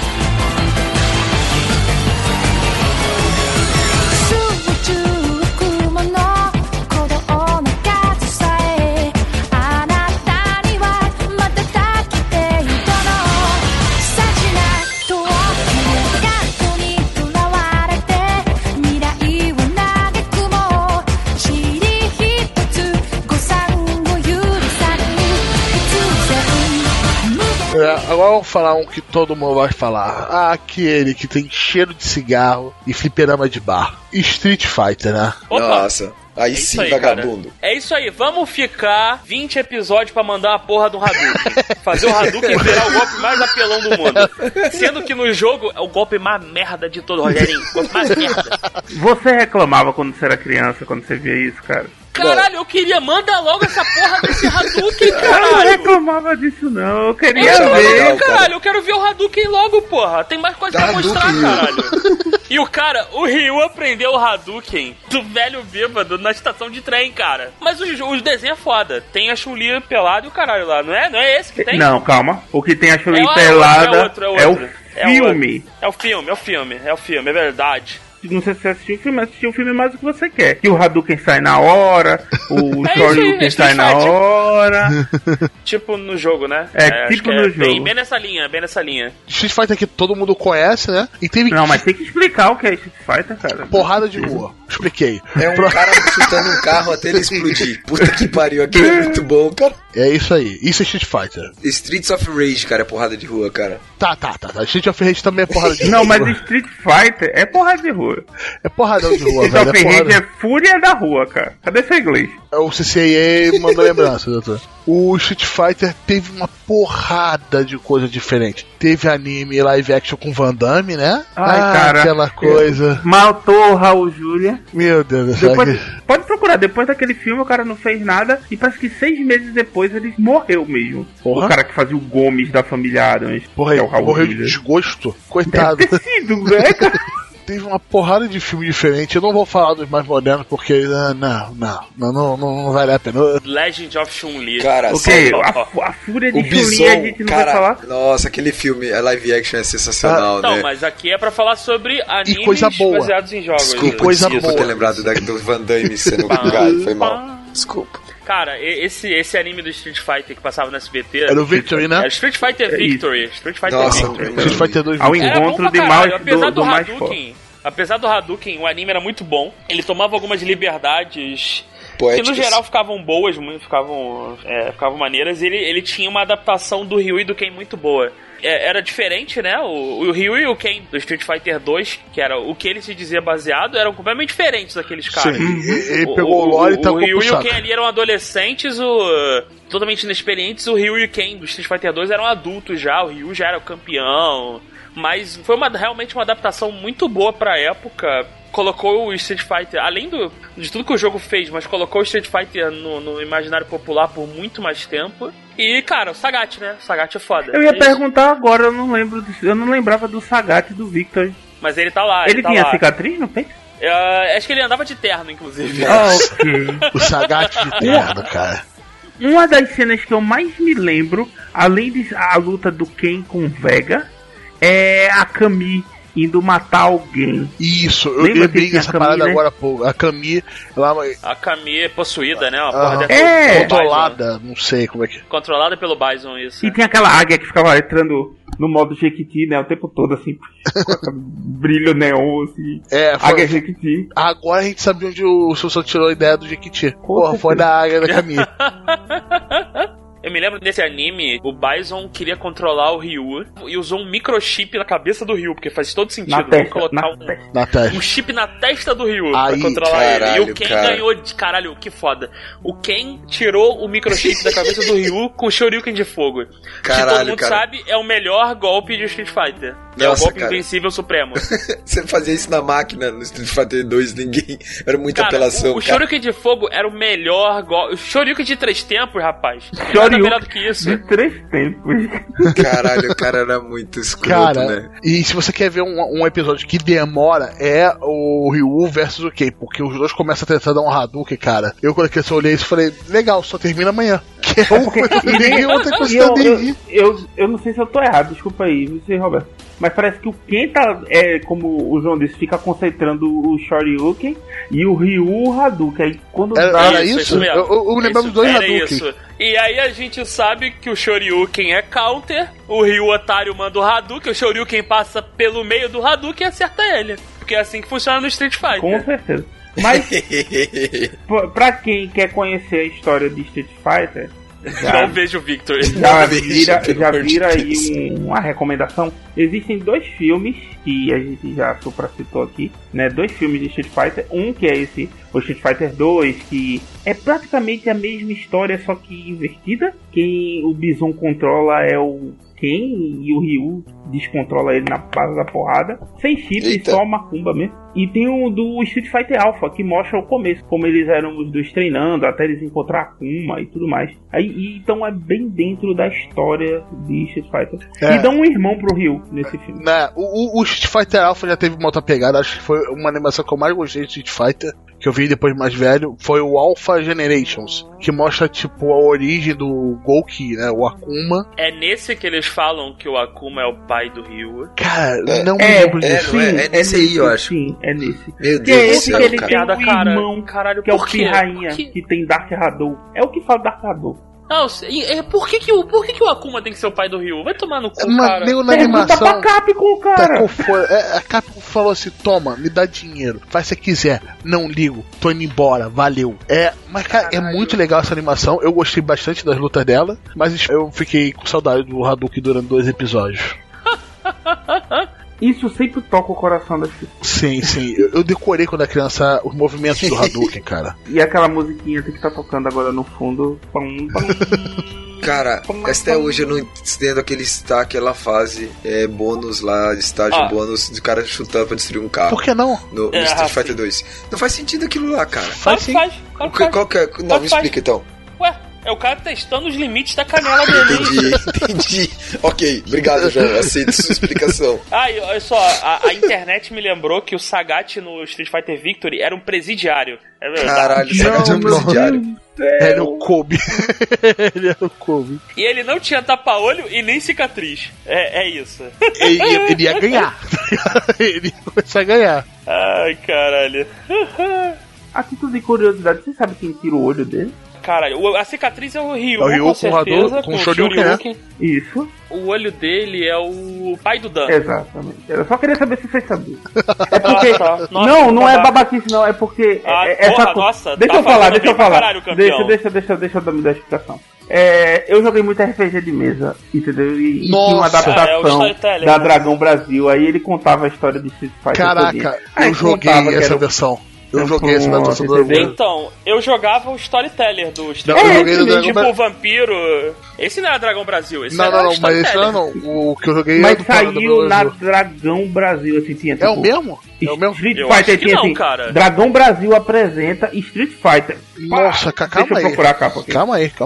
Agora vamos falar um que todo mundo vai falar. Aquele que tem cheiro de cigarro e fliperama de bar. Street Fighter, né? Opa. Nossa. Aí sim, vagabundo. Cara. É isso aí, vamos ficar 20 episódios pra mandar a porra do Hadouken. Fazer o Hadouken virar o golpe mais apelão do mundo. Sendo que no jogo é o golpe mais merda de todo, Rogerinho. O golpe mais merda. Você reclamava quando você era criança, quando você via isso, cara? Caralho, eu queria, manda logo essa porra desse Hadouken, caralho. Eu não reclamava disso, não. Eu queria ver. Legal, caralho, eu quero ver o Hadouken logo, porra. Tem mais coisa pra mostrar, caralho. E o Ryu aprendeu o Hadouken do velho bêbado na estação de trem, cara. Mas os desenhos é foda. Tem a Chun-Li pelada e o caralho lá, não é? Não é esse que tem? Não, calma. O que tem a Chun-Li pelada é o filme. É o filme, é verdade. Não sei se você assistiu o filme mais do que você quer. Que o Hadouken sai na hora, o Shoryuken sai na hora. Tipo no jogo, né? Tipo no jogo. Bem nessa linha. Street Fighter que todo mundo conhece, né? E teve Não, mas tem que explicar o que é Street Fighter, cara. Porrada de rua. Expliquei. É um cara chutando um carro até ele explodir. Puta que pariu, aquilo é muito bom, cara. É isso aí. Isso é Street Fighter. Streets of Rage, cara, é porrada de rua, cara. Tá. Street of Rage também é porrada de rua. Não, mas Street Fighter é porrada de rua. É porradão de rua, Street velho. of Rage é fúria da rua, cara. Cadê seu inglês? O CCAA mandou lembrança, doutor. O Street Fighter teve uma porrada de coisa diferente. Teve anime live action com Van Damme, né? Cara, aquela coisa. Matou o Raul Júlia. Meu Deus do céu. Pode procurar, depois daquele filme o cara não fez nada e parece que 6 meses depois ele morreu mesmo. Porra. O cara que fazia o Gomes da família Adams. Porra, que é o Raul morreu de Júlia. desgosto. Coitado. Deve ter sido, né, cara? Teve uma porrada de filme diferente. Eu não vou falar dos mais modernos porque não vale a pena. Legend of Chun-Li. Cara, Ok, a fúria de Chun-Li a gente não vai falar. Nossa, aquele filme, a live action é sensacional, Então, né? mas aqui é pra falar sobre animes coisa boa. baseados em jogos. Desculpa, coisa desculpa boa. ter lembrado do Van Damme sendo gado, foi mal. Desculpa. Cara, esse anime do Street Fighter que passava no SBT... Era o Victory, né? Era Street Fighter Victory. Street Fighter Nossa, Victory. Street Fighter 2 Ao Victory. encontro bom de pra mais caralho. Apesar do mais Hadouken, apesar do Hadouken, o anime era muito bom. Ele tomava algumas liberdades Poéticas. que no geral ficavam boas, ficavam maneiras. E ele tinha uma adaptação do Ryu e do Ken muito boa. Era diferente, né? O Ryu e o Ken do Street Fighter 2, que era o que ele se dizia baseado, eram completamente diferentes daqueles caras. Sim, ele pegou o lore e tacou O Ryu pro e o saco. Ken ali eram adolescentes, totalmente inexperientes. O Ryu e o Ken do Street Fighter 2 eram adultos já. O Ryu já era o campeão. Mas foi realmente uma adaptação muito boa pra época. Colocou o Street Fighter, além de tudo que o jogo fez, mas colocou o Street Fighter no imaginário popular por muito mais tempo. E, cara, o Sagat, né? O Sagat é foda. Eu ia perguntar agora, eu não lembrava do Sagat e do Victor. Mas ele tá lá. Ele tá tinha lá. cicatriz no peito? Acho que ele andava de terno, inclusive. Ok. O Sagat de terno, cara. Uma das cenas que eu mais me lembro, além da luta do Ken com Vega, é a Camille indo matar alguém. Isso, eu Lembra lembrei que tinha dessa a Camille, parada né? agora, pô. A Camille, ela A Camille é possuída, né? Uma Aham. porra É. controlada, não sei como é que. Controlada pelo Bison, isso. E tem aquela águia que ficava entrando no modo Jequiti, né? O tempo todo, assim, com aquele brilho neon, assim. Águia Jequiti. Agora a gente sabe onde o Sousa tirou a ideia do Jequiti. Porra, certeza. foi da águia da Camille. Eu me lembro desse anime, o Bison queria controlar o Ryu e usou um microchip na cabeça do Ryu, porque faz todo sentido. Na Vamos testa, colocar na um, testa. Na testa. um chip na testa do Ryu Aí, pra controlar ele. E caralho, o Ken cara. ganhou de... Caralho, que foda. O Ken tirou o microchip da cabeça do Ryu com o Shoryuken de fogo. Que todo Caralho, mundo cara. sabe, é o melhor golpe de Street Fighter. É o Nossa, golpe cara. invencível supremo. Você fazia isso na máquina, no Street Fighter 2, ninguém... Era muita Cara, apelação, o cara. Shoryuken de fogo era o melhor golpe. O Shoryuken de 3 tempos, rapaz. Nada melhor do que isso. De 3 tempos. Caralho, o cara era muito escroto, Cara, né? e se você quer ver um episódio que demora, é o Ryu versus o Ken, porque os dois começam a tentar dar um Hadouken, cara. Eu quando eu olhei isso, falei, legal, só termina amanhã. Que é uma coisa que eu entendi, outra coisa que eu entendi. Eu não sei se eu tô errado, desculpa aí, não sei, Roberto. Mas parece que o Ken tá, como o João disse, fica concentrando o Shoryuken e o Ryu o Hadouken. Aí quando Era Isso, isso? isso mesmo. Eu lembrava dos dois Era Hadouken. isso. E aí a gente sabe que o Shoryuken é counter, o Ryu otário manda o Hadouken, o Shoryuken passa pelo meio do Hadouken e acerta ele. Porque é assim que funciona no Street Fighter. Com certeza. Mas, pra quem quer conhecer a história de Street Fighter, Não vejo o Victor. já Veja, vira, pelo já amor de vira aí Deus. uma recomendação. Existem 2 filmes que a gente já supracitou aqui, né? 2 filmes de Street Fighter. Um que é esse, o Street Fighter 2, que é praticamente a mesma história, só que invertida. Quem o Bison controla é o Ken e o Ryu descontrola ele na base da porrada. Sem chip, Eita. só macumba mesmo. E tem o do Street Fighter Alpha, que mostra o começo, como eles eram os dois treinando, até eles encontrar a Akuma e tudo mais. Então é bem dentro da história de Street Fighter. É. E dá um irmão pro Ryu nesse filme. Né, o Street Fighter Alpha já teve uma outra pegada, acho que foi uma animação que eu mais gostei de Street Fighter, que eu vi depois mais velho, foi o Alpha Generations, que mostra tipo a origem do Gouki, né, o Akuma. É nesse que eles falam que o Akuma é o pai do Ryu. Cara, não me lembro disso. não é nesse aí, eu acho. Sim, é nesse. Meu Que é Deus do esse céu, que ele cara. tem Piada, um cara. irmão, Caralho, que é o por quê? Pirrainha, Por quê? que tem Dark Hadou. É o que fala Dark Hadou. Não, por que o Akuma tem que ser o pai do Ryu? Vai tomar no cu, cara. Na animação. Pra Capcom, cara. A Capcom falou assim: toma, me dá dinheiro, faz se quiser. Não ligo, tô indo embora, valeu. Mas, cara, é muito legal essa animação. Eu gostei bastante das lutas dela, mas eu fiquei com saudade do Hadouken durante 2 episódios. Isso sempre toca o coração das pessoas. Sim. Eu decorei quando era criança os movimentos do Hadouken, cara. E aquela musiquinha que tá tocando agora no fundo. Cara, até hoje eu não entendo aquela fase bônus lá, estágio bônus de cara chutando pra destruir um carro. Por que não? No Street Fighter 2. Não faz sentido aquilo lá, cara. Faz. Qual que é? Não, me explica então. Ué, é o cara testando os limites da canela dele. Entendi. Ok, obrigado, João. Aceito sua explicação. Olha só, a internet me lembrou que o Sagat no Street Fighter Victory era um presidiário. É verdade. Caralho, o Sagat é um presidiário. Ele é o Kobe. Ele é o Kobe. E ele não tinha tapa-olho e nem cicatriz. É isso. Ele ia ganhar. Ele ia começar a ganhar. Ai, caralho. A título de curiosidade, você sabe quem tira o olho dele? Caralho, a cicatriz é o Ryu, com com certeza, com o Shoryuken. Isso. O olho dele é o pai do Dan. Exatamente. Eu só queria saber se vocês sabiam. É porque... Nossa, não é babaquice, não. É porque... Nossa, deixa tá eu falar. caralho, campeão. Deixa eu me dar a explicação. Eu joguei muito RPG de mesa, entendeu? E tinha uma adaptação da Dragão Brasil. Aí ele contava a história de Street Fighter. Caraca, eu joguei essa versão. Eu joguei essa adaptação do Dragon. Então, eu jogava o Storyteller do Street Fighter. Tipo o Vampiro. Esse não era Dragão Brasil. Esse não, mas esse não. O que eu joguei mas saiu na Dragão Brasil, assim, tinha. Tipo, é o mesmo? Street Fighter tinha assim. Cara. Dragão Brasil apresenta Street Fighter. Nossa, calma aí. Deixa eu procurar a capa aqui. Calma aí.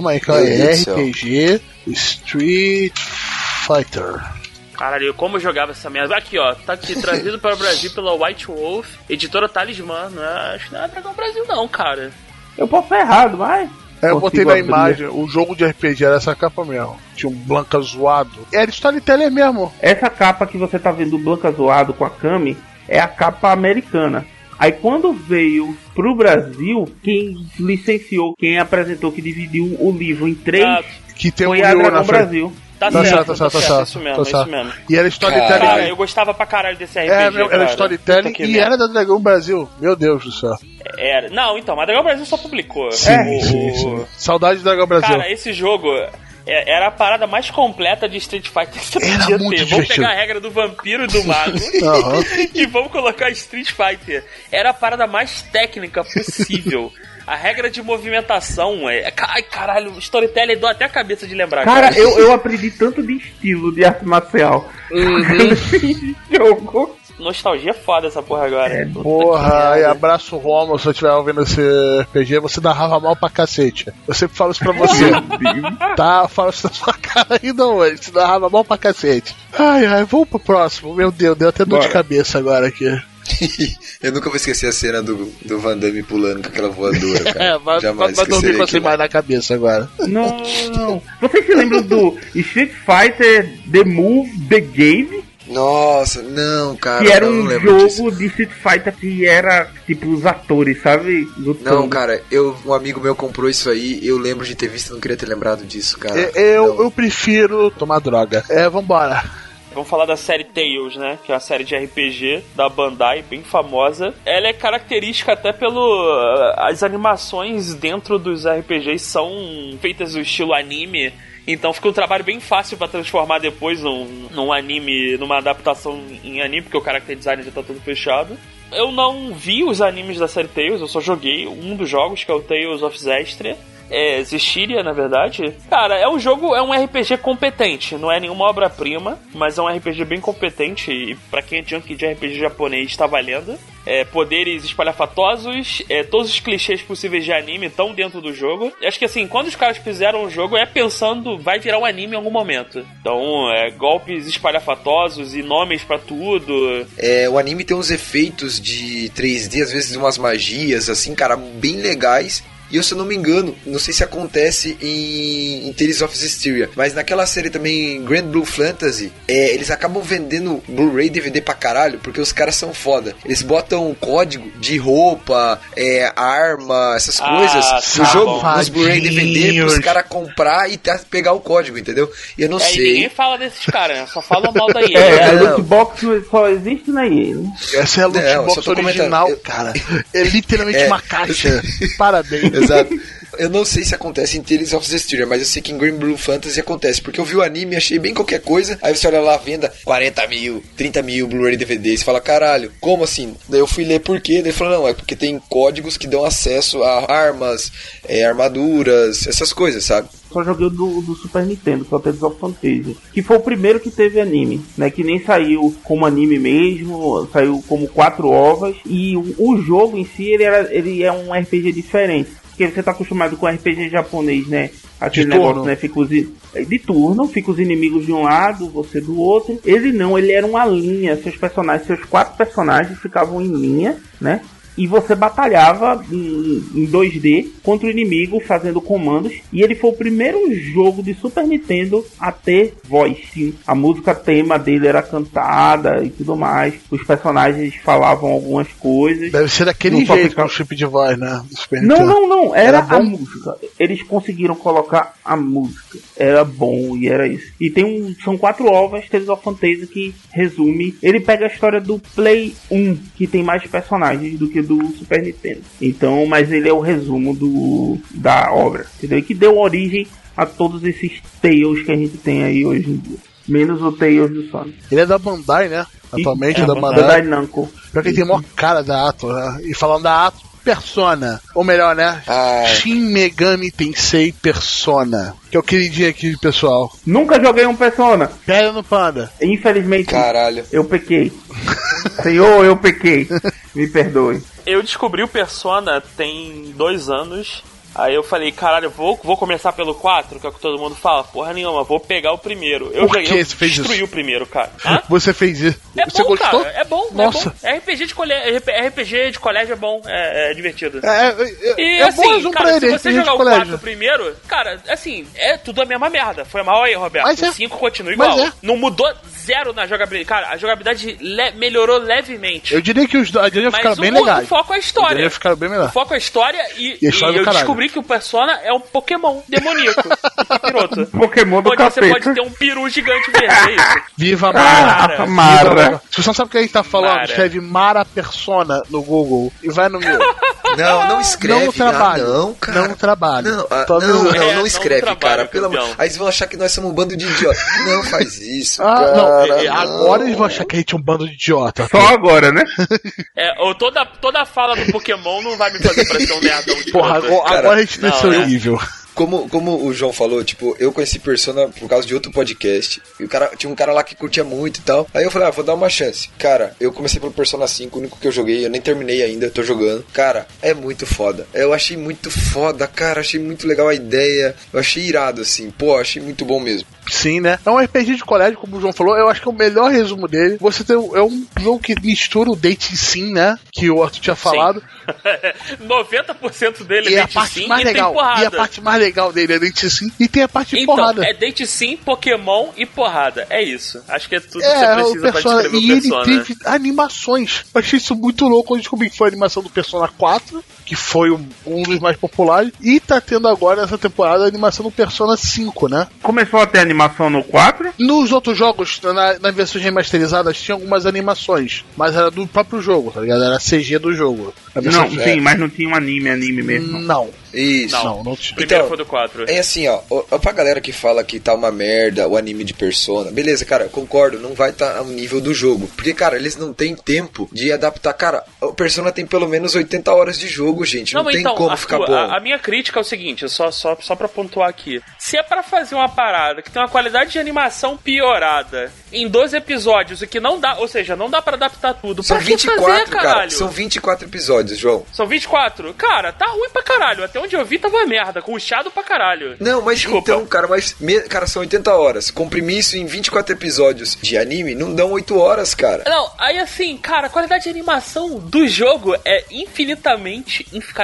RPG Street Fighter. Caralho, como eu jogava essa merda. Aqui, ó, tá aqui, trazido para o Brasil pela White Wolf, editora Talismã. Acho que não é Dragão Brasil não, cara. Eu posso estar errado, mas... eu botei na imagem, o jogo de RPG era essa capa mesmo. Tinha um Blanca zoado. Era Storyteller mesmo. Essa capa que você tá vendo, o Blanca zoado com a Kami, é a capa americana. Aí quando veio pro Brasil, quem licenciou, quem apresentou, que dividiu o livro em 3, que tem foi a Dragão Brasil. Tá certo. Isso mesmo. E era Storytelling. Cara, eu gostava pra caralho desse RPG. Era Storytelling e era da Dragão Brasil. Meu Deus do céu. Era. Não, então, mas a Dragão Brasil só publicou. Sim. Saudade da Dragão Brasil. Cara, esse jogo era a parada mais completa de Street Fighter que você podia ter. Divertido. Vamos pegar a regra do vampiro e do mago e vamos colocar Street Fighter. Era a parada mais técnica possível. A regra de movimentação ai, caralho, o Storytelling deu até a cabeça de lembrar. Cara, eu aprendi tanto de estilo de arte marcial. Jogo. Nostalgia foda essa porra agora. Porra, e abraço o Romulo, se você estiver ouvindo esse RPG, você narrava mal pra cacete. Eu sempre falo isso pra você. Tá? Eu falo isso na sua cara ainda hoje. Você narrava mal pra cacete. Ai, vamos pro próximo. Meu Deus, deu até dor de cabeça agora aqui. Eu nunca vou esquecer a cena do Van Damme pulando com aquela voadora, cara. Vai dormir com você mais na cabeça agora. Não. Vocês se lembram do Street Fighter The Move The Game? Nossa, não, cara. Que era um jogo de Street Fighter que era tipo os atores, sabe? Lutando. Não, cara, um amigo meu comprou isso aí. Eu lembro de ter visto, não queria ter lembrado disso, cara. Eu prefiro tomar droga. Vambora. Vamos falar da série Tales, né? Que é uma série de RPG da Bandai, bem famosa. Ela é característica até as animações dentro dos RPGs são feitas no estilo anime. Então fica um trabalho bem fácil pra transformar depois num anime, numa adaptação em anime, porque o character design já tá tudo fechado. Eu não vi os animes da série Tales, eu só joguei um dos jogos, que é o Tales of Zestiria. Zestiria, na verdade. Cara, é um RPG competente. Não é nenhuma obra-prima, mas é um RPG bem competente. E pra quem é junkie de RPG japonês, tá valendo. Poderes espalhafatosos, todos os clichês possíveis de anime estão dentro do jogo. E acho que assim, quando os caras fizeram o jogo, pensando, vai virar um anime em algum momento. Então, golpes espalhafatosos e nomes pra tudo. O anime tem uns efeitos de 3D, às vezes umas magias, assim, cara, bem legais. E eu, se eu não me engano, não sei se acontece em Tales of Zestiria, mas naquela série também, Grand Blue Fantasy, eles acabam vendendo Blu-ray e DVD pra caralho, porque os caras são foda. Eles botam código de roupa, arma, essas coisas no jogo, nos Blu-ray e DVD, pros caras comprar e pegar o código, entendeu? E eu não sei. Ninguém fala desses caras, né? Só fala mal da EA. A loot box só existe na EA, né? Essa é a loot box original, cara. É literalmente uma caixa. Parabéns. Exato. Eu não sei se acontece em Tales of Zestiria, mas eu sei que em Grand Blue Fantasy acontece, porque eu vi o anime e achei bem qualquer coisa, aí você olha lá, venda 40 mil, 30 mil Blu-ray DVD, você fala, caralho, como assim? Daí eu fui ler por quê, daí ele falou, não, é porque tem códigos que dão acesso a armas, armaduras, essas coisas, sabe? Só joguei o do Super Nintendo, só Tales of Fantasy, que foi o primeiro que teve anime, né? Que nem saiu como anime mesmo, saiu como 4 ovas, e o jogo em si, ele é um RPG diferente. Porque você tá acostumado com RPG japonês, né? Aquele negócio, né? Fica de turno, fica os inimigos de um lado, você do outro. Ele não, ele era uma linha. Seus 4 personagens ficavam em linha, né? E você batalhava em 2D contra o inimigo fazendo comandos. E ele foi o primeiro jogo de Super Nintendo a ter voz. Sim, a música tema dele era cantada e tudo mais. Os personagens falavam algumas coisas. Deve ser daquele jeito com o chip de voz, né? Não. Era a música. Eles conseguiram colocar a música. Era bom e era isso. E são 4 ovas, Tales of Fantasy, que resume. Ele pega a história do Play 1, que tem mais personagens do que do Super Nintendo. Então, mas ele é o resumo da obra, entendeu? Que deu origem a todos esses Tales que a gente tem aí hoje em dia. Menos o Tales do Sonic. Ele é da Bandai, né? Atualmente é da Bandai Namco. Pior que ele tem maior cara da Ato, né? E falando da Ato, Persona. Ou melhor, né? Shin Megami Tensei Persona. Que é o queridinho aqui, pessoal. Nunca joguei um Persona. Pera no Panda. Infelizmente, caralho, eu pequei. Senhor, eu pequei. Me perdoe. Eu descobri o Persona tem 2 anos. Aí eu falei, caralho, vou começar pelo 4, que é o que todo mundo fala. Porra nenhuma, vou pegar o primeiro. Eu destruí o primeiro, cara. Hã? Você fez isso. Você bom, gostou? Cara, é bom. Nossa. É bom. RPG de colégio é bom, é divertido. É assim, bom cara, pra ele, se você jogar o 4 primeiro, cara, assim, é tudo a mesma merda. Foi mal aí, Roberto. Mas o 5 continua igual. Não mudou zero na jogabilidade. Cara, a jogabilidade melhorou levemente. Eu diria que os adiantes ficaram bem legais. O foco é a história. Ficaram bem melhor. O foco é a história e eu descobri que o Persona é um Pokémon demoníaco. Capiroto. Pokémon do capeta. Você pode ter um peru gigante verde, é isso. Viva Mara. Se você não sabe o que a gente tá falando, escreve Mara Persona no Google e vai no meu. Não escreve. Não trabalha. Não, cara. Não trabalha. Não escreve, cara. Pelo amor. Aí eles vão achar que nós somos um bando de idiota. Não faz isso, cara. Não. Agora eles vão achar que a gente é um bando de idiota. Só agora, né? Toda a fala do Pokémon não vai me fazer parecer um nerdão de porra, agora a gente desceu o nível. Como o João falou, tipo, eu conheci Persona por causa de outro podcast. E tinha um cara lá que curtia muito e tal. Aí eu falei, vou dar uma chance. Cara, eu comecei pelo Persona 5, o único que eu joguei, eu nem terminei ainda, tô jogando. Cara, é muito foda. Eu achei muito foda, cara, achei muito legal a ideia. Eu achei irado, assim. Pô, achei muito bom mesmo. Sim, né? É um RPG de colégio, como o João falou. Eu acho que é o melhor resumo dele. Você tem é um jogo que mistura o Date Sim, né? Que o Arthur tinha falado. 90% dele é Date Sim e legal. tem porrada. E a parte mais legal dele é Date Sim e tem a parte de porrada. É Date Sim, Pokémon e porrada. É isso. Acho que é tudo que você precisa pra descrever o Persona. E ele teve animações. Eu achei isso muito louco quando descobri que foi a animação do Persona 4, que foi um dos mais populares. E tá tendo agora, nessa temporada, a animação do Persona 5, né? Começou a ter animação no 4? Nos outros jogos, nas versões remasterizadas, tinha algumas animações. Mas era do próprio jogo, tá ligado? Era CG do jogo. Não, sim, mas não tinha um anime mesmo. Não. Isso. Não tinha. Primeiro foi do 4. É assim, ó, pra galera que fala que tá uma merda o anime de Persona, beleza, cara, eu concordo, não vai tá ao nível do jogo. Porque, cara, eles não têm tempo de adaptar. Cara, o Persona tem pelo menos 80 horas de jogo, gente. Não tem como ficar bom. A minha crítica é o seguinte, só pra pontuar aqui. Se é pra fazer uma parada que tem uma qualidade de animação piorada em 12 episódios, o que não dá, ou seja, não dá pra adaptar tudo. São pra 24, que fazer, cara. São 24 episódios, João. São 24? Cara, tá ruim pra caralho. Até onde eu vi tava merda, com chiado pra caralho. Não, mas desculpa. Então, cara, cara, são 80 horas. Comprimir isso em 24 episódios de anime não dão 8 horas, cara. Não, aí assim, cara, a qualidade de animação do jogo é infinitamente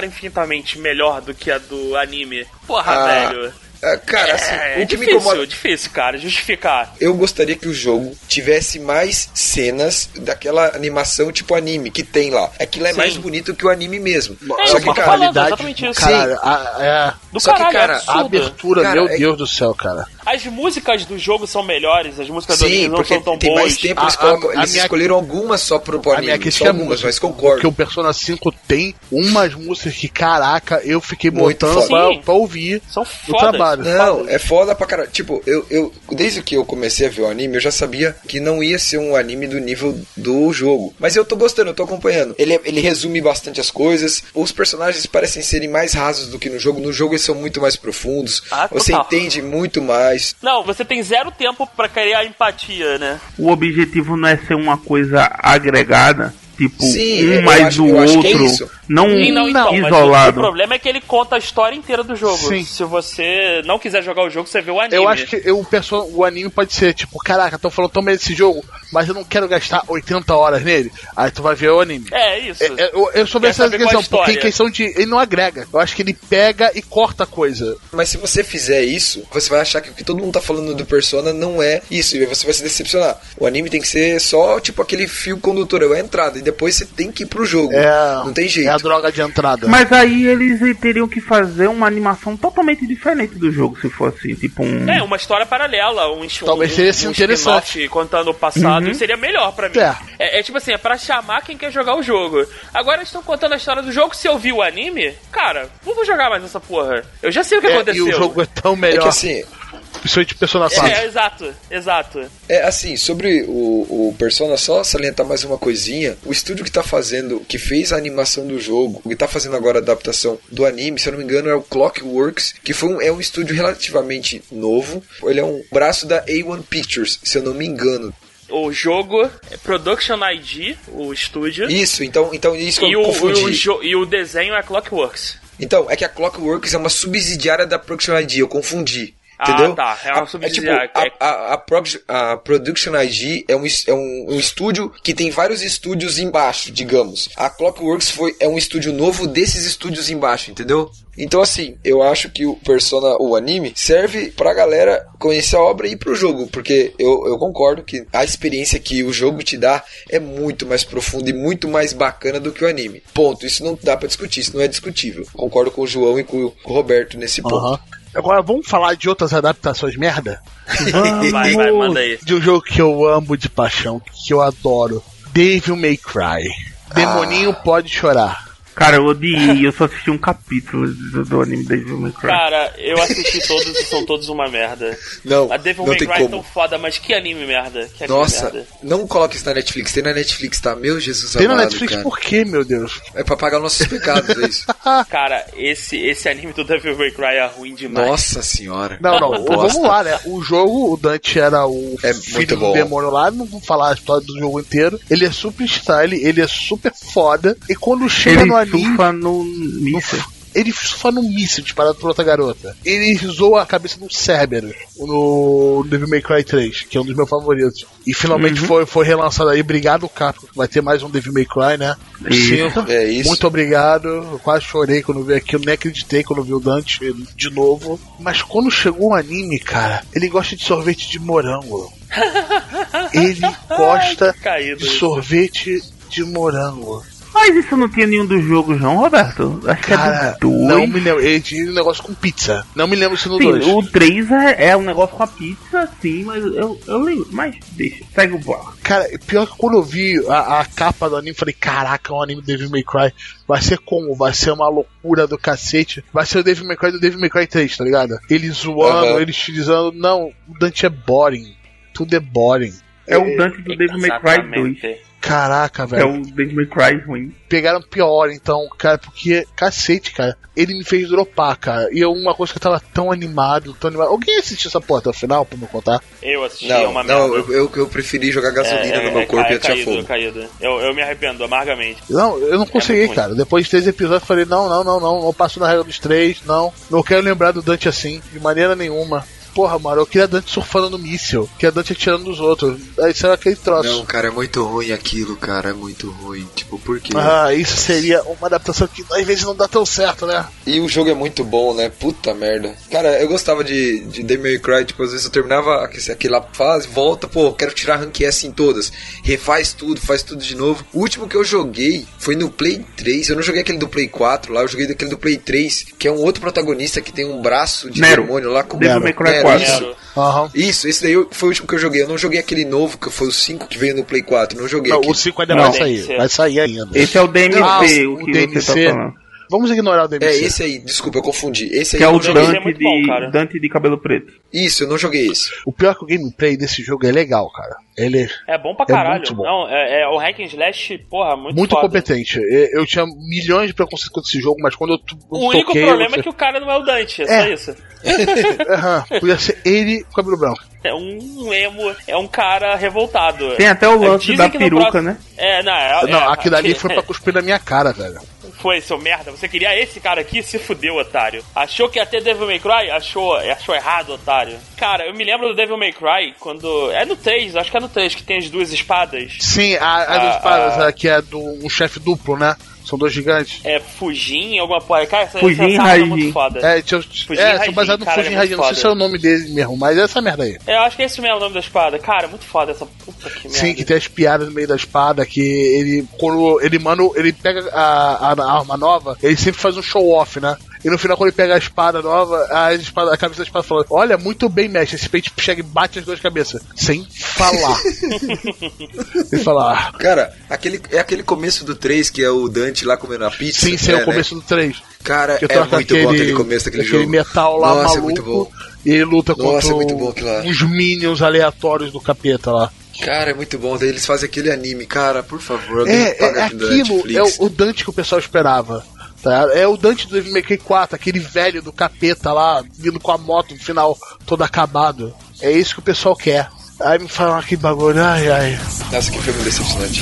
melhor do que a do anime. Porra, velho. Cara, assim, o que difícil, me incomoda... difícil, cara, justificar. Eu gostaria que o jogo tivesse mais cenas daquela animação tipo anime que tem lá. Aquilo é mais bonito que o anime mesmo. Só que, cara, exatamente isso. Cara, do só caralho, que, cara, a abertura, cara, meu Deus do céu, cara. As músicas do jogo são melhores, as músicas do anime não são tão tem boas. Mais tempo, eles escolheram algumas só pro anime. A minha questão só algumas, mas concordo. Porque o Persona 5 tem umas músicas que, caraca, eu fiquei muito botando pra ouvir são no trabalho. Não, é foda pra caralho. Tipo, eu desde que eu comecei a ver o anime, eu já sabia que não ia ser um anime do nível do jogo. Mas eu tô gostando, eu tô acompanhando. Ele resume bastante as coisas. Os personagens parecem serem mais rasos do que no jogo. No jogo eles são muito mais profundos. Você entende muito mais. Não, você tem zero tempo pra criar empatia, né? O objetivo não é ser uma coisa agregada. Tipo, sim, mais o outro, não isolado. Mas o problema é que ele conta a história inteira do jogo. Sim. Se você não quiser jogar o jogo, você vê o anime. Eu acho que o anime pode ser tipo, caraca, tô falando tão bem desse jogo, mas eu não quero gastar 80 horas nele. Aí tu vai ver o anime. É isso. Eu sou essa questão, porque em questão de... Ele não agrega. Eu acho que ele pega e corta a coisa. Mas se você fizer isso, você vai achar que o que todo mundo tá falando do Persona não é isso. E você vai se decepcionar. O anime tem que ser só, tipo, aquele fio condutor, é a entrada. Depois você tem que ir pro jogo. Não tem jeito. É a droga de entrada. Mas aí eles teriam que fazer uma animação totalmente diferente do jogo, se fosse tipo uma história paralela, talvez seria interessante contando o passado, e seria melhor pra mim. É tipo assim, é pra chamar quem quer jogar o jogo. Agora eles estão contando a história do jogo. Se eu vi o anime, cara, não vou jogar mais essa porra. Eu já sei o que aconteceu. E o jogo é tão melhor. É que assim... Principalmente Persona 4. Exato. É assim, sobre o Persona, só salientar mais uma coisinha. O estúdio que fez a animação do jogo, que tá fazendo agora a adaptação do anime, se eu não me engano, é o Clockworks, que é um estúdio relativamente novo. Ele é um braço da A1 Pictures, se eu não me engano. O jogo é Production ID, o estúdio. Isso, então isso que eu confundi. E o desenho é Clockworks. Então, é que a Clockworks é uma subsidiária da Production ID, eu confundi. Entendeu? Tá, é uma subsidiária. A Production ID é um estúdio que tem vários estúdios embaixo, digamos. A Clockworks é um estúdio novo desses estúdios embaixo, entendeu? Então assim, eu acho que o Persona, o anime, serve pra galera conhecer a obra e ir pro jogo, porque eu concordo que a experiência que o jogo te dá é muito mais profunda e muito mais bacana do que o anime. Ponto, isso não dá pra discutir, isso não é discutível. Concordo com o João e com o Roberto nesse ponto. Agora vamos falar de outras adaptações merda? Vai, manda aí. De um jogo que eu amo de paixão, que eu adoro. Devil May Cry. Demoninho pode chorar. Cara, eu odiei, eu só assisti um capítulo do anime Devil May Cry. Cara, eu assisti todos e são todos uma merda. Não, a Devil May Cry é tão foda, mas que anime merda. Que anime Nossa, merda. Não coloque isso na Netflix, tem na Netflix, tá? Meu Jesus tem amado, na Netflix, cara. Por quê, meu Deus? É pra pagar nossos pecados, é isso. Cara, esse anime do Devil May Cry é ruim demais. Nossa senhora. Não, vamos lá, né? O jogo, o Dante era o filho do demônio lá, não vou falar a história do jogo inteiro. Ele é super style, ele é super foda, e quando chega no anime... Ele surfa no míssil disparado por outra garota. Ele zoa a cabeça do Cerberus no Devil May Cry 3, que é um dos meus favoritos. E finalmente foi relançado aí. Obrigado, Capcom. Vai ter mais um Devil May Cry, né? Isso. Muito obrigado. Eu quase chorei quando vi aquilo. Nem acreditei quando vi o Dante de novo. Mas quando chegou o anime, cara, ele gosta de sorvete de morango. Ele gosta de sorvete de morango. Mas isso não tinha nenhum dos jogos, não, Roberto? Acho que é do 2. Não me lembro. Ele tinha um negócio com pizza. Não me lembro se no 2. O 3 é um negócio com a pizza, sim, mas eu lembro. Mas deixa, segue o bloco. Cara, pior que quando eu vi a capa do anime, falei, caraca, é um anime do Devil May Cry. Vai ser como? Vai ser uma loucura do cacete. Vai ser o Devil May Cry do Devil May Cry 3, tá ligado? Ele zoando, ele estilizando. Não, o Dante é boring. Tudo é boring. É o Dante do Devil May Cry 2. Caraca, velho. É o Devil May Cry ruim. Pegaram pior, então, cara, porque, cacete, cara, ele me fez dropar, cara. E uma coisa que eu tava tão animado. Alguém assistiu essa porra até o final pra me contar? Eu assisti, não, eu preferi jogar gasolina no meu corpo e atirar fogo. Eu me arrependo amargamente. Não, eu não consegui, cara. Depois de 3 episódios eu falei, não passo na regra dos 3, não quero lembrar do Dante assim, de maneira nenhuma. Porra, mano, eu queria Dante surfando no míssil, queria Dante atirando dos outros. Aí será aquele troço. Não, cara, é muito ruim aquilo, cara, é muito ruim. Tipo, por quê? Isso seria uma adaptação que às vezes não dá tão certo, né? E o jogo é muito bom, né? Puta merda. Cara, eu gostava de Devil May Cry, tipo, às vezes eu terminava aquela fase, volta, pô, quero tirar rank S em todas. Refaz tudo, faz tudo de novo. O último que eu joguei foi no Play 3, eu não joguei aquele do Play 4 lá, eu joguei aquele do Play 3, que é um outro protagonista que tem um braço de demônio lá com Devil May Cry 4. Isso, esse daí foi o último que eu joguei. Eu não joguei aquele novo, que foi o 5 que veio no Play 4. Não joguei aquele. O 5 ainda vai sair. Vai sair ainda. Esse é o DMC, o que DMC. você tá falando. Vamos ignorar o DMC. É, esse aí, desculpa, eu confundi. Esse aí que é o Dante de cabelo preto. Isso, eu não joguei esse. O pior é que o gameplay desse jogo é legal, cara. Ele é bom pra caralho. Muito bom. Não, o hack and slash, porra, muito foda. Competente. Eu tinha milhões de preconceitos com esse jogo, mas quando eu o único problema é que o cara não é o Dante, é só isso. Podia ser ele com cabelo branco. É um emo, é um cara revoltado. Tem até o lance da peruca, né? Não, aquilo ali foi pra cuspir na minha cara, velho. Foi, seu merda. Você queria esse cara aqui? Se fudeu, otário. Achou que ia ter Devil May Cry? Achou errado, otário. Cara, eu me lembro do Devil May Cry quando... É no 3, acho que é no 3, que tem as duas espadas. Sim, as duas espadas, que é do um chefe duplo, né? São dois gigantes. É Fujin, alguma porra. Cara, essa é muito foda. São baseados no Fujin Raijin. Não sei se é o nome dele mesmo, mas é essa merda aí. Eu acho que é esse mesmo o nome da espada. Cara, muito foda essa puta que merda. Sim, que tem as piadas no meio da espada, que ele, quando ele pega a arma nova, ele sempre faz um show-off, né? E no final, quando ele pega a espada nova, a cabeça da espada fala: olha, muito bem, mestre. Esse peito chega e bate as duas cabeças. Sem falar. Sem falar. Cara, aquele começo do 3, que é o Dante lá comendo a pizza. Sim, é o começo do 3. Cara, é muito bom aquele começo daquele jogo. Aquele metal lá, maluco. É muito bom. E ele luta contra é uns minions aleatórios do capeta lá. Cara, é muito bom. Daí eles fazem aquele anime. Cara, por favor. Aquilo é o Dante que o pessoal esperava. Tá? É o Dante do Devil May Cry 4, aquele velho do capeta lá, vindo com a moto no final todo acabado. É isso que o pessoal quer. Aí me falam que bagulho, ai. Nossa, que filme decepcionante.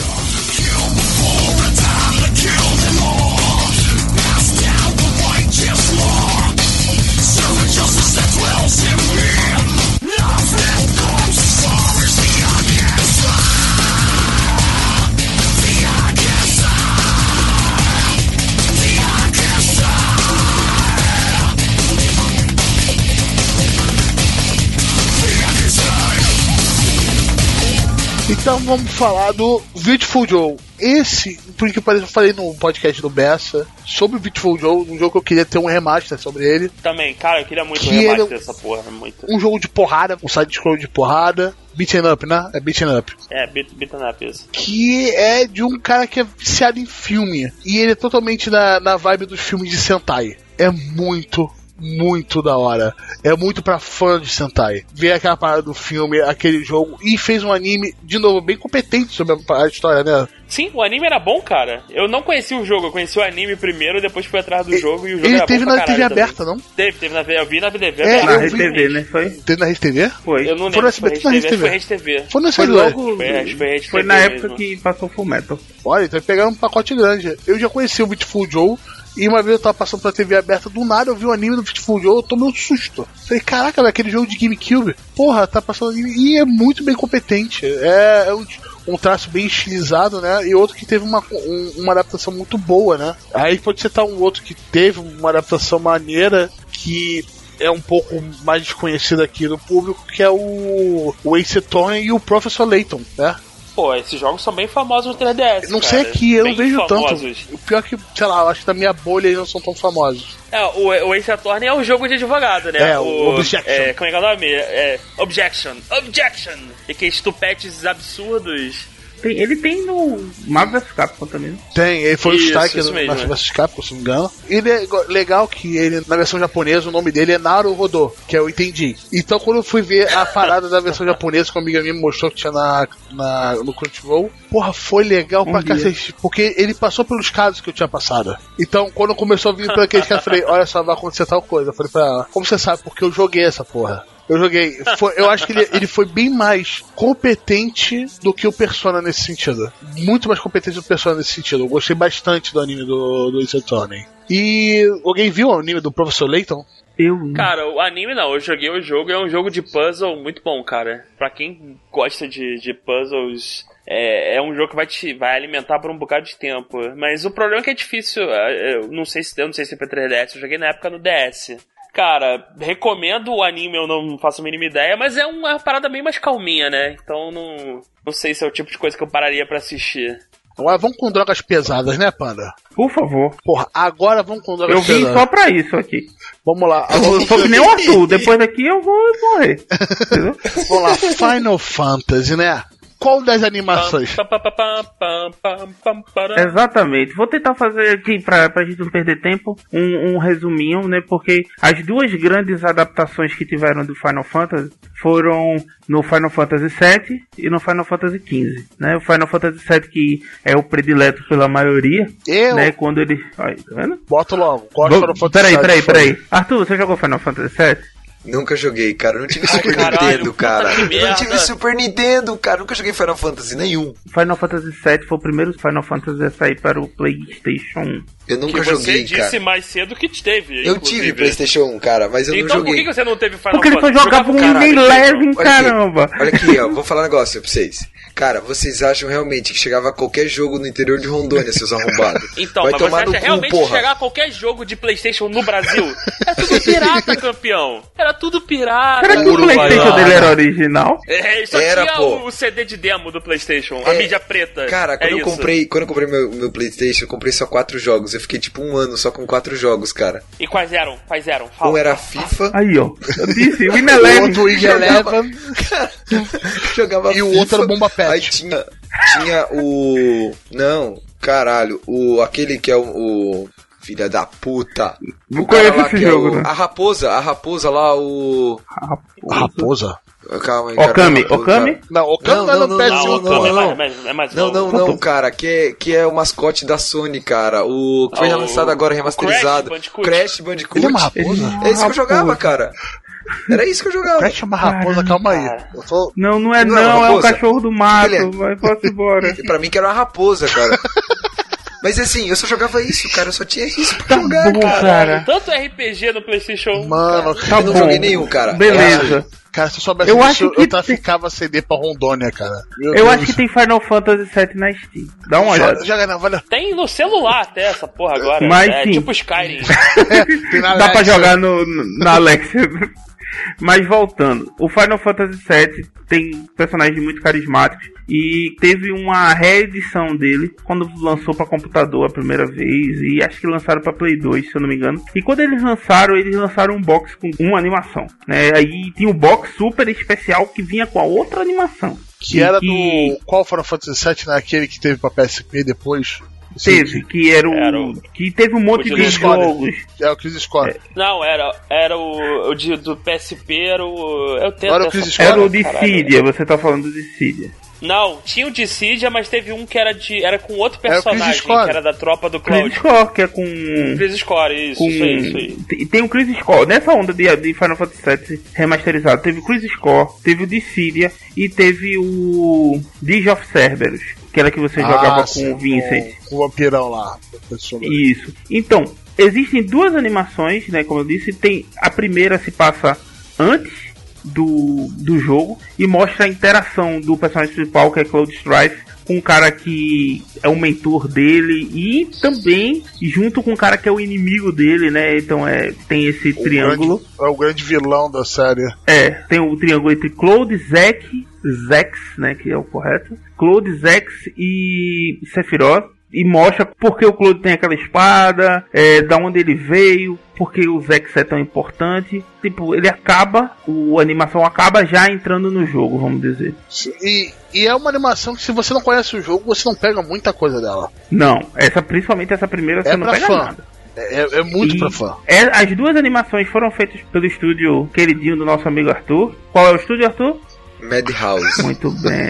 Então vamos falar do Beautiful Joe. Esse, por que parece, eu falei no podcast do Bessa sobre o Beautiful Joe, um jogo que eu queria ter um remaster sobre ele. Também, cara, eu queria muito um remaster dessa porra, muito. Um jogo de porrada, um side-scroll de porrada, beaten up, né? É beaten up. É, beaten up, isso. Que é de um cara que é viciado em filme. E ele é totalmente na vibe dos filmes de Sentai. É muito da hora. É muito pra fã de Sentai. Ver aquela parada do filme, aquele jogo, e fez um anime, de novo, bem competente sobre a história, né? Sim, o anime era bom, cara. Eu não conhecia o jogo, eu conheci o anime primeiro, depois fui atrás do jogo e o jogo ele era teve bom pra na TV aberta, também. não? Teve na TV, eu vi na TV aberta. Na RedeTV, né? Foi? Teve na RedeTV? Foi. Eu não lembro. Foi no SBT ou na RedeTV? Foi RedeTV. Foi no Foi logo... Foi na época que passou Full Metal. Olha, então pegaram um pacote grande. Eu já conheci o Beautiful Joe. E uma vez eu tava passando pela TV aberta, do nada eu vi um anime do Beautiful Joe, eu tomei um susto. Falei, caraca, velho, aquele jogo de GameCube, porra, tá passando anime. E é muito bem competente. É um traço bem estilizado, né? E outro que teve uma adaptação muito boa, né? Aí pode citar um outro que teve uma adaptação maneira, que é um pouco mais desconhecido aqui do público, que é o Ace Attorney e o Professor Layton, né? Pô, esses jogos são bem famosos no 3DS. Não cara. sei aqui, eu não vejo famosos. tanto. O pior é que, sei lá, eu acho que da minha bolha eles não são tão famosos. O Ace Attorney é um jogo de advogado, né? É, o Objection. Como é que é o nome? Objection. E que estupetes absurdos Ele tem no Marvel vs Capcom também. Tem, ele foi o destaque isso no mesmo, Marvel vs Capcom, se não me engano. Ele é legal que ele, na versão japonesa, o nome dele é Naruhodo, que é o Entendi. Então quando eu fui ver a parada da versão japonesa, que uma amiga minha me mostrou que tinha no Crunchyroll, porra, foi legal pra cacete, porque ele passou pelos casos que eu tinha passado. Então quando começou a vir pra aqueles caras, eu falei, olha só, vai acontecer tal coisa. Eu falei pra ela, como você sabe? Porque eu joguei essa porra. Eu joguei. Eu acho que ele foi bem mais competente do que o Persona nesse sentido. Muito mais competente do Persona nesse sentido. Eu gostei bastante do anime do Ace Attorney. E alguém viu o anime do Professor Layton? Cara, o anime não, eu joguei o jogo, é um jogo de puzzle muito bom, cara. Pra quem gosta de puzzles, é um jogo que vai alimentar por um bocado de tempo. Mas o problema é que é difícil. Eu não sei se é pra 3DS, eu joguei na época no DS. Cara, recomendo o anime, eu não faço a mínima ideia, mas é uma parada bem mais calminha, né? Então não sei se é o tipo de coisa que eu pararia pra assistir. Agora vamos com drogas pesadas, né, Panda? Por favor. Porra, agora vamos com drogas pesadas. Eu vim só pra isso aqui. Vamos lá. Eu sou que nem o Arthur, depois daqui eu vou morrer. Entendeu? Vamos lá, Final Fantasy, né? Qual das animações? Exatamente. Vou tentar fazer aqui, pra gente não perder tempo, um resuminho, né? Porque as duas grandes adaptações que tiveram do Final Fantasy foram no Final Fantasy VII e no Final Fantasy XV, né? O Final Fantasy VII, que é o predileto pela maioria, né? Quando ele... Olha, tá vendo? Bota logo. Peraí. Arthur, você jogou Final Fantasy VII? Nunca joguei, cara. Eu não tive Super Nintendo, cara. Eu não tive Super Nintendo, cara. Nunca joguei Final Fantasy nenhum. Final Fantasy VII foi o primeiro Final Fantasy a sair para o PlayStation 1. Eu nunca joguei, cara. Você disse mais cedo que teve. Eu tive PlayStation 1, cara, mas eu não joguei. Então por que você não teve Final Fantasy? Porque ele só jogava um Eleven, caramba. Olha aqui, ó. Vou falar um negócio pra vocês. Cara, vocês acham realmente que chegava a qualquer jogo no interior de Rondônia, seus arrombados? Então, vai mas tomar você acha realmente que chegar a qualquer jogo de PlayStation no Brasil? Era tudo pirata, campeão. Era tudo pirata. Será que o PlayStation dele era original? Só tinha o CD de demo do PlayStation, a mídia preta. Cara, quando eu comprei meu PlayStation, eu comprei só 4 jogos. Eu fiquei tipo um ano só com 4 jogos, cara. E quais eram? Fala. Um era FIFA. Aí, ó. Eu disse, o Win Eleven. Jogava e o FIFA, outro era Bomba Pet. Aí tinha o... Não, caralho. Aquele que é o... Filha da puta. Não conheço esse jogo, né? A raposa lá, o... A raposa? Calma aí, Okami? Não, Okami não é no PS1. Não, cara, que é o mascote da Sony, cara. O que foi lançado agora, remasterizado. Crash Bandicoot. Ele é uma raposa? É isso que eu jogava, cara. Era isso que eu jogava. Crash é uma raposa, calma aí. Não é um cachorro do mato. Vai, posso embora. Pra mim que era uma raposa, cara. Mas assim, eu só jogava isso, cara. Eu só tinha isso pra jogar, cara. Tanto RPG no PlayStation 1. Mano, eu não joguei nenhum, cara. Beleza. Cara, se eu soubesse disso, eu traficava CD pra Rondônia, cara. Eu acho que tem Final Fantasy VII na Steam. Dá uma olhada. Joga na valha. Tem no celular até essa porra agora. Mas sim. Tipo Skyrim. Dá pra jogar na Alexia. Mas voltando, o Final Fantasy VII tem personagens muito carismáticos e teve uma reedição dele quando lançou para computador a primeira vez, e acho que lançaram para Play 2, se eu não me engano. E quando eles lançaram um box com uma animação, né? Aí tinha um box super especial que vinha com a outra animação. Que era do... Qual Final Fantasy VII, né? Aquele que teve pra PSP depois? Teve, que teve um monte de jogos. É o Crisis Core. Não, era o do PSP, era o... Era o Dissidia, você tá falando do Dissidia. Não, tinha o Dissidia, mas teve um que era com outro personagem, que era da tropa do Cloud. Crisis Core, que é com... Crisis Core, isso aí. Tem o Crisis Core, nessa onda de Final Fantasy VII remasterizado, teve o Crisis Core, teve o Dissidia e teve o Dirge of Cerberus, que era que você jogava com o Vincent. Com o vampirão lá. Isso. Então, existem duas animações, né, como eu disse. A primeira se passa antes do jogo e mostra a interação do personagem principal, que é Cloud Strife, com um cara que é o mentor dele e também junto com um cara que é o inimigo dele, né? Então tem esse triângulo. É o grande vilão da série. Tem o triângulo entre Cloud, Zex, né, que é o correto. Cloud, Zex e Sephiroth. e mostra porque o Claude tem aquela espada, da onde ele veio, porque o Zex é tão importante. Tipo, ele acaba, a animação acaba já entrando no jogo, vamos dizer. E é uma animação que, se você não conhece o jogo, você não pega muita coisa dela. Não, principalmente essa primeira você não pega nada. É muito pra fã. As duas animações foram feitas pelo estúdio queridinho do nosso amigo Arthur. Qual é o estúdio, Arthur? Madhouse. Muito bem.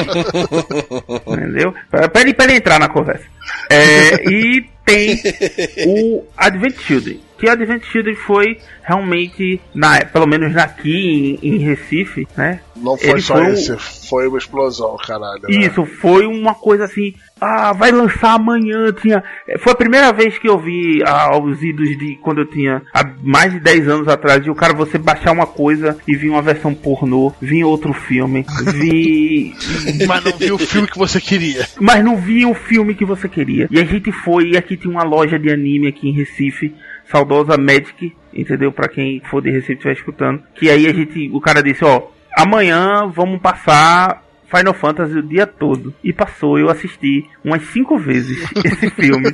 Entendeu? Pera ele entrar na conversa. E tem o Advent Children. Que o Advent Children foi realmente, pelo menos aqui em Recife, né? Não foi só esse, foi uma explosão, caralho. Isso, né? Foi uma coisa assim. Vai lançar amanhã. Foi a primeira vez que eu vi aos idos de quando eu tinha há mais de 10 anos atrás. E o cara, você baixar uma coisa e vir uma versão pornô, vir outro filme, mas não vi o filme que você queria. Mas não vi o filme que você queria. E a gente foi, e aqui tinha uma loja de anime aqui em Recife, saudosa Magic, entendeu? Pra quem for de Recife e estiver escutando. Que aí o cara disse, amanhã vamos passar Final Fantasy o dia todo. E passou, eu assisti umas 5 vezes esse filme.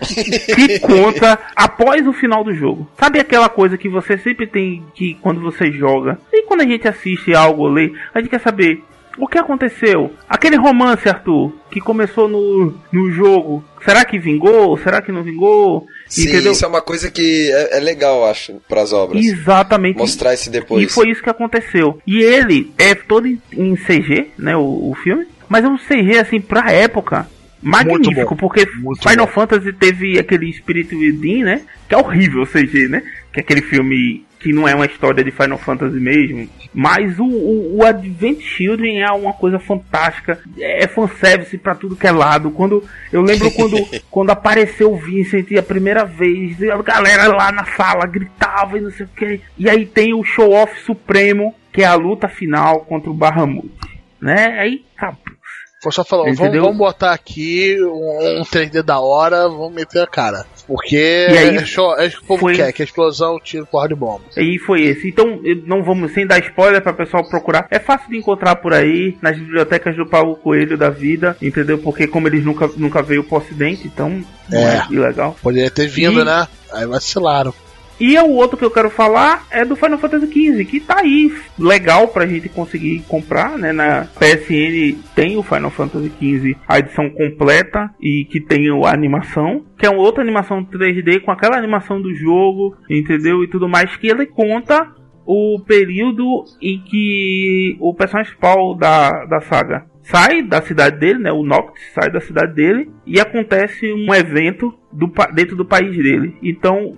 Que conta após o final do jogo. Sabe aquela coisa que você sempre tem que quando você joga, e quando a gente assiste algo ou lê, a gente quer saber o que aconteceu? Aquele romance, Arthur, que começou no jogo, será que vingou? Será que não vingou? Sim, entendeu? Isso é uma coisa que é legal, acho, pras obras. Exatamente. Mostrar isso depois. E foi isso que aconteceu. E ele é todo em CG, né, o filme, mas é um CG, assim, pra época, magnífico, porque Final Fantasy teve aquele Spirit Within, né, que é horrível o CG, né, que é aquele filme que não é uma história de Final Fantasy mesmo. Mas o Advent Children é uma coisa fantástica. É fanservice pra tudo que é lado. Eu lembro quando apareceu o Vincent a primeira vez, a galera lá na sala gritava e não sei o que. E aí tem o show-off supremo, que é a luta final contra o Bahamut, né? Aí acabou. Foi só falar, vamos botar aqui um 3D da hora, vamos meter a cara. Porque aí, é o que o povo quer, que é explosão, tiro, porra de bomba. E foi esse. Então, não vamos, sem dar spoiler para o pessoal procurar. É fácil de encontrar por aí, nas bibliotecas do Paulo Coelho da vida, entendeu? Porque como eles nunca veio pro ocidente, então não é ilegal. Poderia ter vindo, né? Aí vacilaram. E o outro que eu quero falar é do Final Fantasy XV, que tá aí, legal pra gente conseguir comprar, né? Na PSN tem o Final Fantasy XV, a edição completa, e que tem a animação, que é uma outra animação 3D com aquela animação do jogo, entendeu? E tudo mais, que ele conta o período em que o personagem principal da saga sai da cidade dele, né? O Noctis sai da cidade dele e acontece um evento dentro do país dele. Então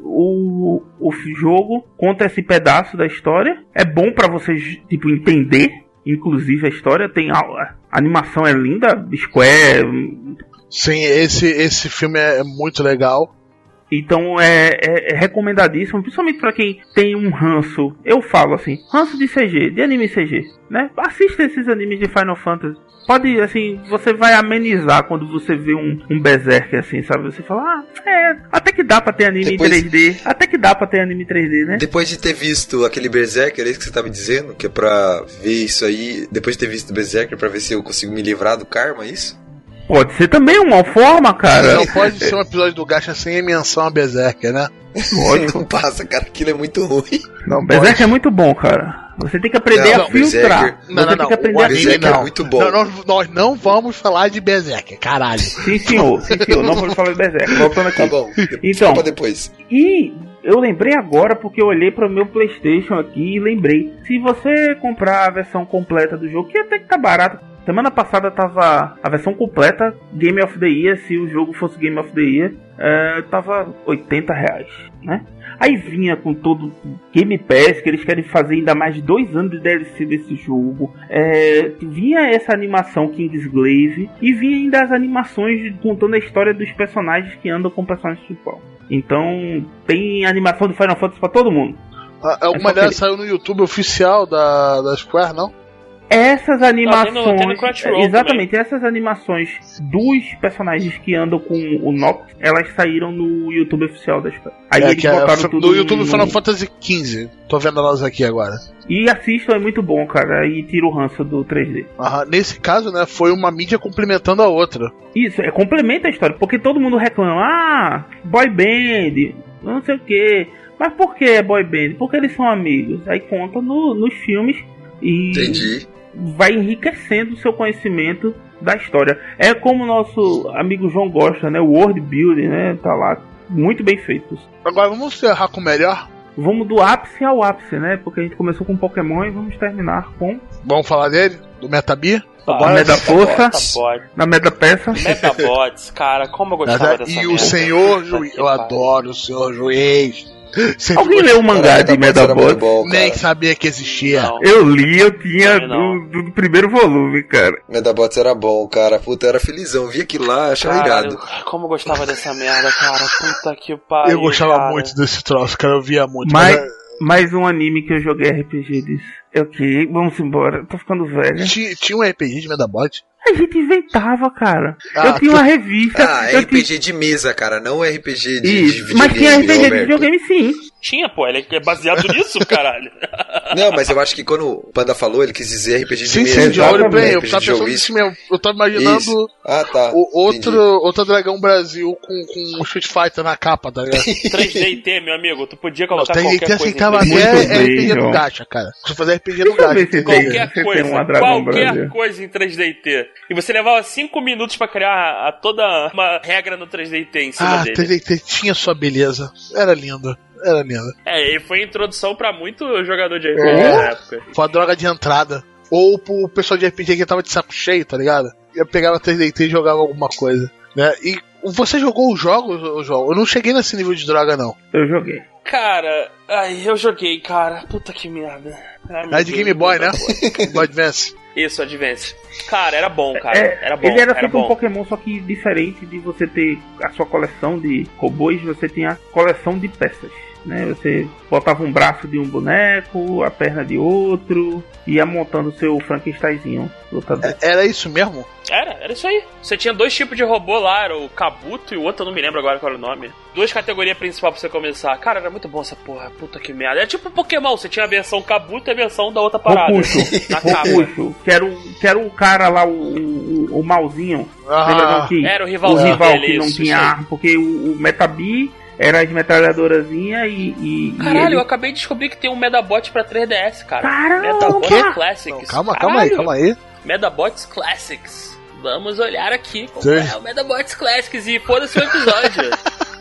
o jogo conta esse pedaço da história. É bom pra vocês entender, inclusive a história. Tem a animação é linda, Square. Sim, esse filme é muito legal. Então é recomendadíssimo, principalmente pra quem tem um ranço. Eu falo assim, ranço de CG, de anime CG, né? Assista esses animes de Final Fantasy. Pode, assim, você vai amenizar quando você vê um Berserk, assim, sabe? Você fala, até que dá pra ter anime em 3D. Até que dá pra ter anime em 3D, né? Depois de ter visto aquele Berserker, é isso que você tá me dizendo? Que é pra ver isso aí, depois de ter visto o Berserker, pra ver se eu consigo me livrar do karma, é isso? Pode ser também uma forma, cara. Não pode ser um episódio do Gacha sem menção a Berserker, né? Pode. Não passa, cara, aquilo é muito ruim. Não, Berserker é muito bom, cara. Você tem que aprender a filtrar. Você tem que aprender a Berserker é muito bom. Nós não vamos falar de Berserker, caralho. Sim, senhor, não vamos falar de Berserker. Voltando aqui. Tá bom, então, pra depois. E eu lembrei agora porque eu olhei para o meu PlayStation aqui e lembrei. Se você comprar a versão completa do jogo, que até que tá barato. Semana passada tava a versão completa, Game of the Year, se o jogo fosse Game of the Year, tava R$80, né? Aí vinha com todo Game Pass, que eles querem fazer ainda mais de 2 anos de DLC desse jogo. Vinha essa animação Kingsglaive e vinha ainda as animações contando a história dos personagens que andam com o personagem principal. Então tem animação do Final Fantasy pra todo mundo. Alguma delas saiu no YouTube oficial da Square, não? Essas animações... Tem no Crunchyroll exatamente, essas animações dos personagens que andam com o Noct, elas saíram no YouTube oficial da Square. Aí eles botaram tudo no YouTube Final Fantasy XV. Tô vendo elas aqui agora. E assistam, é muito bom, cara. E tira o ranço do 3D. Nesse caso, né, foi uma mídia complementando a outra. Isso, complementa a história. Porque todo mundo reclama, boy band, não sei o que. Mas por que é boy band? Porque eles são amigos. Aí conta nos filmes e Entendi. vai enriquecendo o seu conhecimento da história. É como o nosso amigo João gosta, né? O world building, né? Tá lá, muito bem feito. Agora vamos encerrar com o melhor. Vamos do ápice ao ápice, né? Porque a gente começou com Pokémon e vamos terminar com... Vamos falar dele? Do Metabi? Na Meda Força, na Meda Peça. Metabots, cara, como eu gostava dessa E o Senhor Juiz. Eu adoro o Senhor Juiz. Alguém leu o mangá de Medabots? Nem sabia que existia. Não. Eu li, eu tinha do primeiro volume, cara. Medabots era bom, cara. Puta, eu era felizão. Vi aquilo lá, achava irado. Como eu gostava dessa merda, cara. Puta que pariu. Eu gostava cara. muito desse troço, cara. Eu via muito. Mais um anime que eu joguei RPG disso. Ok, vamos embora. Tô ficando velho. Tinha um RPG de Medabot? A gente inventava, cara. Eu tinha uma revista. RPG de mesa, cara, não RPG de videogame. Mas tinha RPG de videogame, sim. Tinha, pô, ele é baseado nisso, caralho. Não, mas eu acho que quando o Panda falou, ele quis dizer RPG de Sim, mesa. sim, de roleplay. Eu RPG tava de jogo, pensando isso. nisso mesmo. Eu tava imaginando Isso. Ah, tá. outro Dragão Brasil com o Street Fighter na capa, tá ligado? 3D&T, meu amigo, tu podia colocar Não, qualquer 3D coisa. aceitava em 3D. até RPG bem, no gacha, cara. Se fazer RPG no gacha. Qualquer Você coisa, tem uma Dragão qualquer Brasil. coisa em 3D&T. E você levava 5 minutos pra criar toda uma regra no 3D&T em cima dele. 3D tinha sua beleza. Era lindo. Era lindo. E foi introdução pra muito jogador de RPG na época. Foi a droga de entrada. Ou pro pessoal de RPG que tava de saco cheio, tá ligado? Eu pegava 3D e jogava alguma coisa, né? E você jogou os jogos, João? Eu não cheguei nesse nível de droga, não. Eu joguei. Cara, eu joguei, cara. Puta que merda. É de Game Boy, né? Game Boy Advance. Isso, Advance. Cara, era bom, cara. Era bom. Ele era era feito bom. um Pokémon, só que diferente de você ter a sua coleção de robôs, você tem a coleção de peças. Né? Você botava um braço de um boneco, a perna de outro, e ia montando o seu Frankensteinzinho lutador. Era isso mesmo? Era isso aí. Você tinha 2 tipos de robô lá, era o Kabuto e o outro eu não me lembro agora qual era o nome. 2 categorias principais pra você começar. Cara, era muito bom essa porra, puta que merda. É tipo Pokémon, você tinha a versão Kabuto e a versão da outra parada. Na capa. Rokucho, que era o cara lá, o malzinho. Lembra que era o rivalzinho o rival dele, que não isso, tinha isso aí. arma, porque o Metabi era as metralhadorazinhas e Caralho, ele... eu acabei de descobrir que tem um Medabot pra 3DS, cara. Caramba! Medabot Classics. Não, calma aí. Medabots Classics. Vamos olhar aqui como Sim. é o Medabots Classics e foda-se o episódio.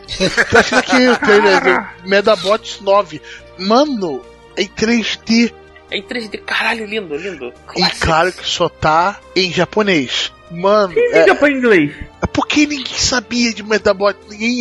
Tá achando que o trailer do Medabots 9, mano, é em 3D. É em 3D, caralho, lindo. E claro que só tá em japonês. Mano, Quem liga pra inglês? é porque ninguém sabia de Medabot.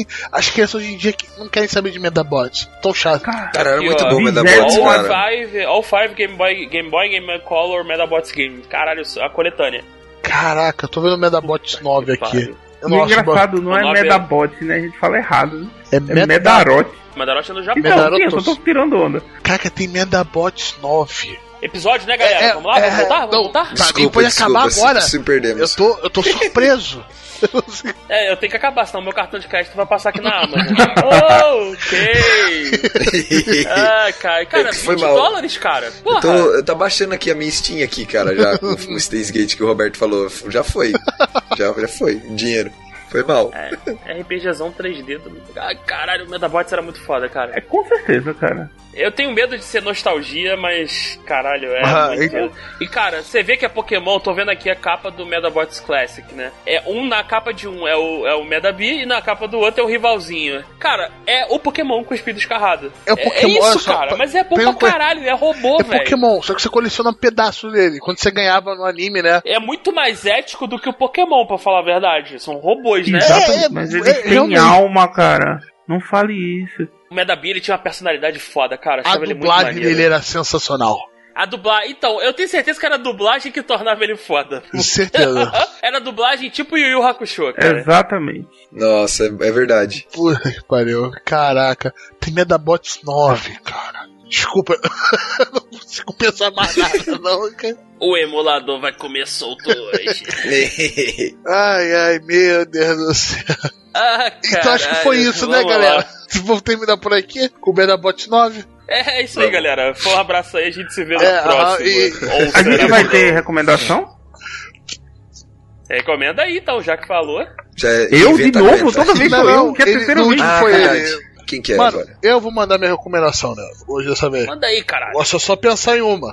As crianças hoje em dia não querem saber de Medabot. Tão chato. Cara, era Aqui, muito ó, bom o Medabots, cara. All 5 Game Boy, Game Boy Color Medabots Game. Caralho, a coletânea. Caraca, eu tô vendo o Medabots 9 aqui. pariu. Eu E o acho engraçado não o é nome Medabot, né? A gente fala errado, né? É É Medarot. Medarot é no Japão. Então, sim, eu Medarotos. só tô tirando onda. Caraca, tem Medabots 9. Episódio, né, galera? Vamos lá, vamos voltar? Vamos voltar? Pra mim pode acabar agora. Se perdemos. Eu tô surpreso. Eu tenho que acabar, senão meu cartão de crédito vai passar aqui na Amazon. Ok. Cara, Foi 20 mal. dólares, cara. Porra. Eu tô baixando aqui a minha Steam aqui, cara, já com o Steins Gate que o Roberto falou. Já foi. Já foi. Dinheiro. Foi mal. RPGzão 3D. Caralho, o Medabots era muito foda, cara. É com certeza, cara. Eu tenho medo de ser nostalgia, mas, caralho, muito... então- E, cara, você vê que é Pokémon, eu tô vendo aqui a capa do Medabots Classic, né? Na capa de um é o Medabi e na capa do outro é o rivalzinho. Cara, é o Pokémon com o espírito escarrado. É o Pokémon, isso, só, cara, mas é bom tem pra uma coisa- caralho, é robô, É velho. Pokémon, só que você coleciona um pedaço dele. Quando você ganhava no anime, né? É muito mais ético do que o Pokémon, pra falar a verdade. São robôs, né? Exatamente. Mas eles têm realmente. alma, cara. Não fale isso. O Medabi, ele tinha uma personalidade foda, cara. A Achava ele muito dublagem maneiro. dele era sensacional. A dublagem... Então, eu tenho certeza que era a dublagem que tornava ele foda. Com certeza. Era a dublagem tipo Yu Yu Hakusho, cara. Exatamente. Nossa, é verdade. Puta que pariu. Caraca. Tem Medabots 9, cara. Desculpa, eu não consigo pensar mais nada, não, cara. O emulador vai comer solto hoje. Ai, meu Deus do céu. Ah, então acho que foi isso, né, galera? Vamos terminar por aqui com o Medabot 9. É isso aí, galera. Foi um abraço aí, a gente se vê no próximo. A gente vai ter recomendação? Recomenda aí, então, já que falou. Eu, de novo? Toda vez que eu que é a terceira vez. Foi ele. Quem que é Mano, agora? eu vou mandar minha recomendação, né? Hoje dessa vez. Manda aí, caralho. Posso só pensar em uma.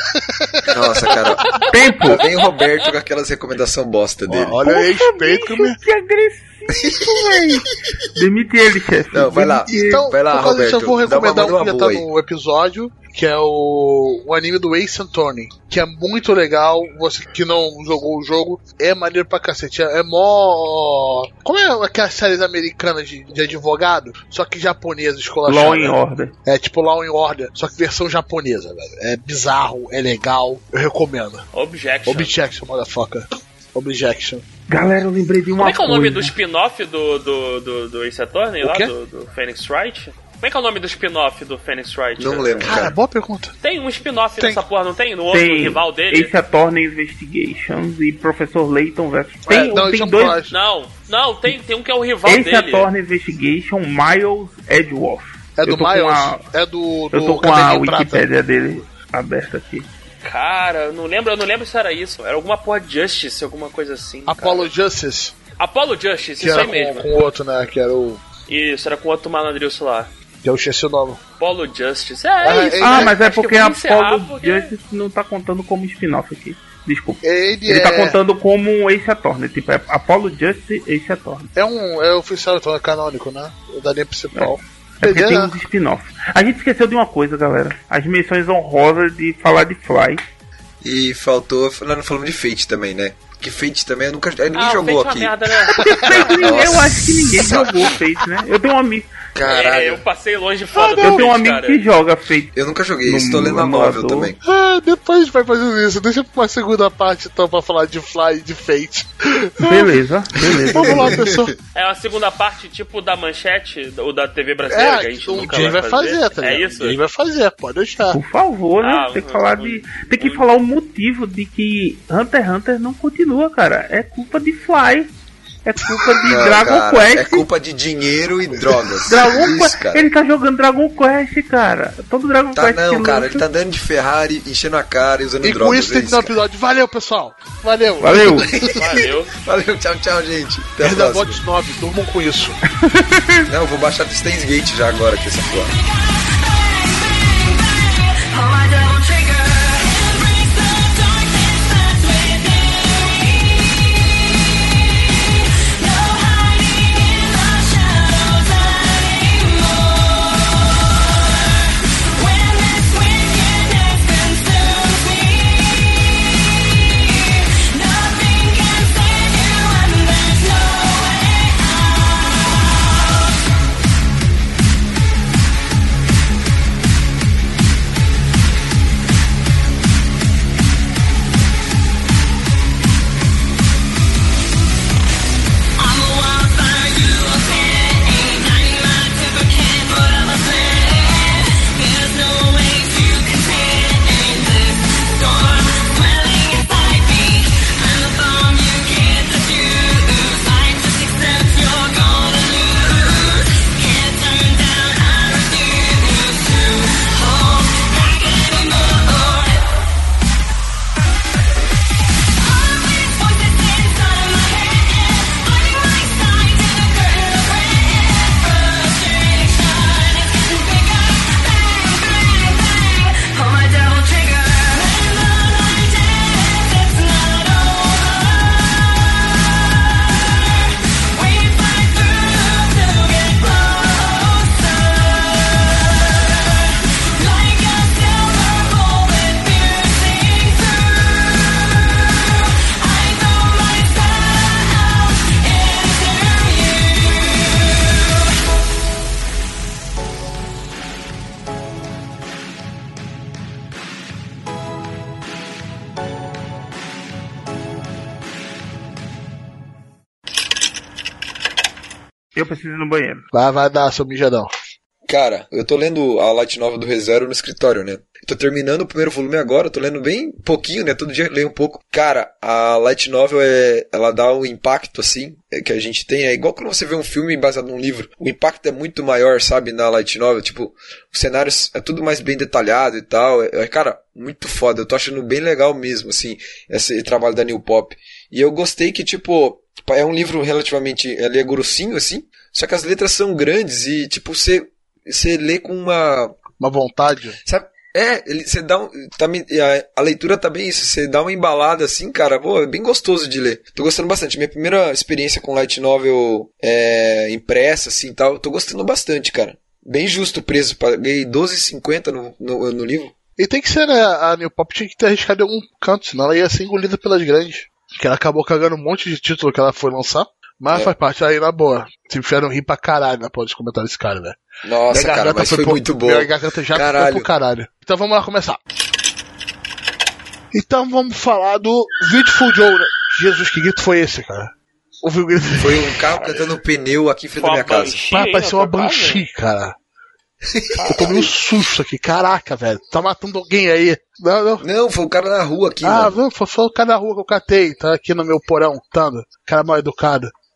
Nossa, cara. Tempo! Vem o Roberto com aquelas recomendações bosta dele. Olha aí, respeito Que agressivo, velho. Demite ele, chefe. Não, vai lá. Então, vai lá, por causa disso, Roberto. eu vou recomendar um que já tá boa aí. no episódio, que é o anime do Ace Attorney, que é muito legal. Você que não jogou o jogo, é maneiro pra cacete. É mó... Como é aquelas séries americanas de advogado, só que japonesa, escolachada. Law and Order. É tipo Law and Order, só que versão japonesa, velho. É bizarro, é legal, eu recomendo. Objection, motherfucker. Objection. Galera, eu lembrei de uma Como é que é o coisa. nome do spin-off do Ace Attorney lá? quê? Do Phoenix Wright? Como é que é o nome do spin-off do Phoenix Wright? Não lembro, Cara, cara. boa pergunta. Tem um spin-off Tem. nessa porra, não tem? No outro Tem rival dele? Ace Attorney Investigations e Professor Layton versus... Não, Tem isso dois... Não, tem um que é o rival Ace dele. Attorney Investigation, Miles Edgeworth. É do Eu tô com Miles? a- É do Eu tô com a Cabelinho Prata. Wikipédia dele aberta aqui. Cara, eu não lembro se era isso. Era alguma porra de Justice, alguma coisa assim. Apollo Justice, Apollo Justice, que isso era aí mesmo. com o outro, né? Que era o... Isso, era com outro malandrilso lá. Que eu esqueci o nome. Apollo Justice. Ah, Isso. Mas é Acho que porque eu a vou encerrar Apollo porque- Justice não tá contando como spin-off aqui. Desculpa. Ele Tá contando como um Ace Attorney. Tipo, é Apollo Justice Ace Attorney. É oficial, então é canônico, né? O da linha principal. É porque tem Beleza. uns spin-offs. A gente esqueceu de uma coisa, galera. As menções honrosas de falar de Fly. E faltou... Nós não falamos de Fate também, né? Que Fate também ninguém Ah, jogou Fate aqui. é uma merda, né? Eu acho que ninguém jogou Fate, né? Eu tenho um amigo, Caralho. Eu passei longe foda do eu tenho um Fate, amigo cara. que joga Fate. Eu nunca joguei, No estou lendo a novel emulador. também. Depois a gente vai fazer isso. Deixa pra uma segunda parte, então, pra falar de Fly e de Fate. Beleza. Vamos lá, pessoal. É a segunda parte, tipo, da manchete, ou da TV brasileira, que a gente o nunca Jay vai fazer, tá ligado? É isso? O Jay vai fazer, pode deixar. Por favor, né? Ah, Tem que falar de. Tem que falar o motivo de que Hunter x Hunter não continua, cara. É culpa de Fly. É culpa de Não, Dragon cara, Quest. É culpa de dinheiro e drogas. Dragon Isso, Quest. cara. Ele tá jogando Dragon Quest, cara. Todo Dragon Tá Quest. não, que cara, lança- ele tá andando de Ferrari, enchendo a cara e usando E drogas. com isso termina o cara. episódio. Valeu, pessoal. Valeu. Valeu. Valeu. Valeu, tchau, gente. Até a Perda próxima. Bot 9, durmam com isso. Não, eu vou baixar do Steins Gate já agora aqui essa porra. Eu preciso ir no banheiro. Vai dar, seu mijadão. Cara, eu tô lendo a Light Novel do ReZero no escritório, né? Tô terminando o primeiro volume agora, tô lendo bem pouquinho, né? Todo dia leio um pouco. Cara, a Light Novel, ela dá um impacto, assim, que a gente tem. É igual quando você vê um filme baseado num livro. O impacto é muito maior, sabe, na Light Novel. Tipo, os cenários é tudo mais bem detalhado e tal. Cara, muito foda. Eu tô achando bem legal mesmo, assim, esse trabalho da New Pop. E eu gostei que, tipo, é um livro relativamente... Ele é grossinho, assim, só que as letras são grandes e, tipo, você lê com uma vontade. Sabe? Você dá a leitura tá bem isso, você dá uma embalada assim, cara, pô, é bem gostoso de ler. Tô gostando bastante. Minha primeira experiência com Light Novel impressa, assim, tal, tô gostando bastante, cara. Bem justo o preço, paguei R$12,50 no livro. E tem que ser, né? A New Pop tinha que ter arriscado em algum canto, senão ela ia ser engolida pelas grandes. Que ela acabou cagando um monte de título que ela foi lançar. Mas faz parte aí, na boa. Se fizeram rir pra caralho na porra dos comentários desse cara, velho. Nossa, cara, mas foi muito bom. Minha garganta já foi pro caralho. Então vamos lá começar. Então vamos falar do Beautiful Joe, né? Jesus, que grito foi esse, cara? Ouviu o grito? Foi um carro cantando pneu aqui em frente da minha casa. Pareceu uma Banshee, cara. Eu tomei um susto aqui, caraca, velho. Tá matando alguém aí. Não, foi o cara na rua aqui. Não, foi o cara na rua que eu catei. Tá aqui no meu porão, tá? Cara mal educado.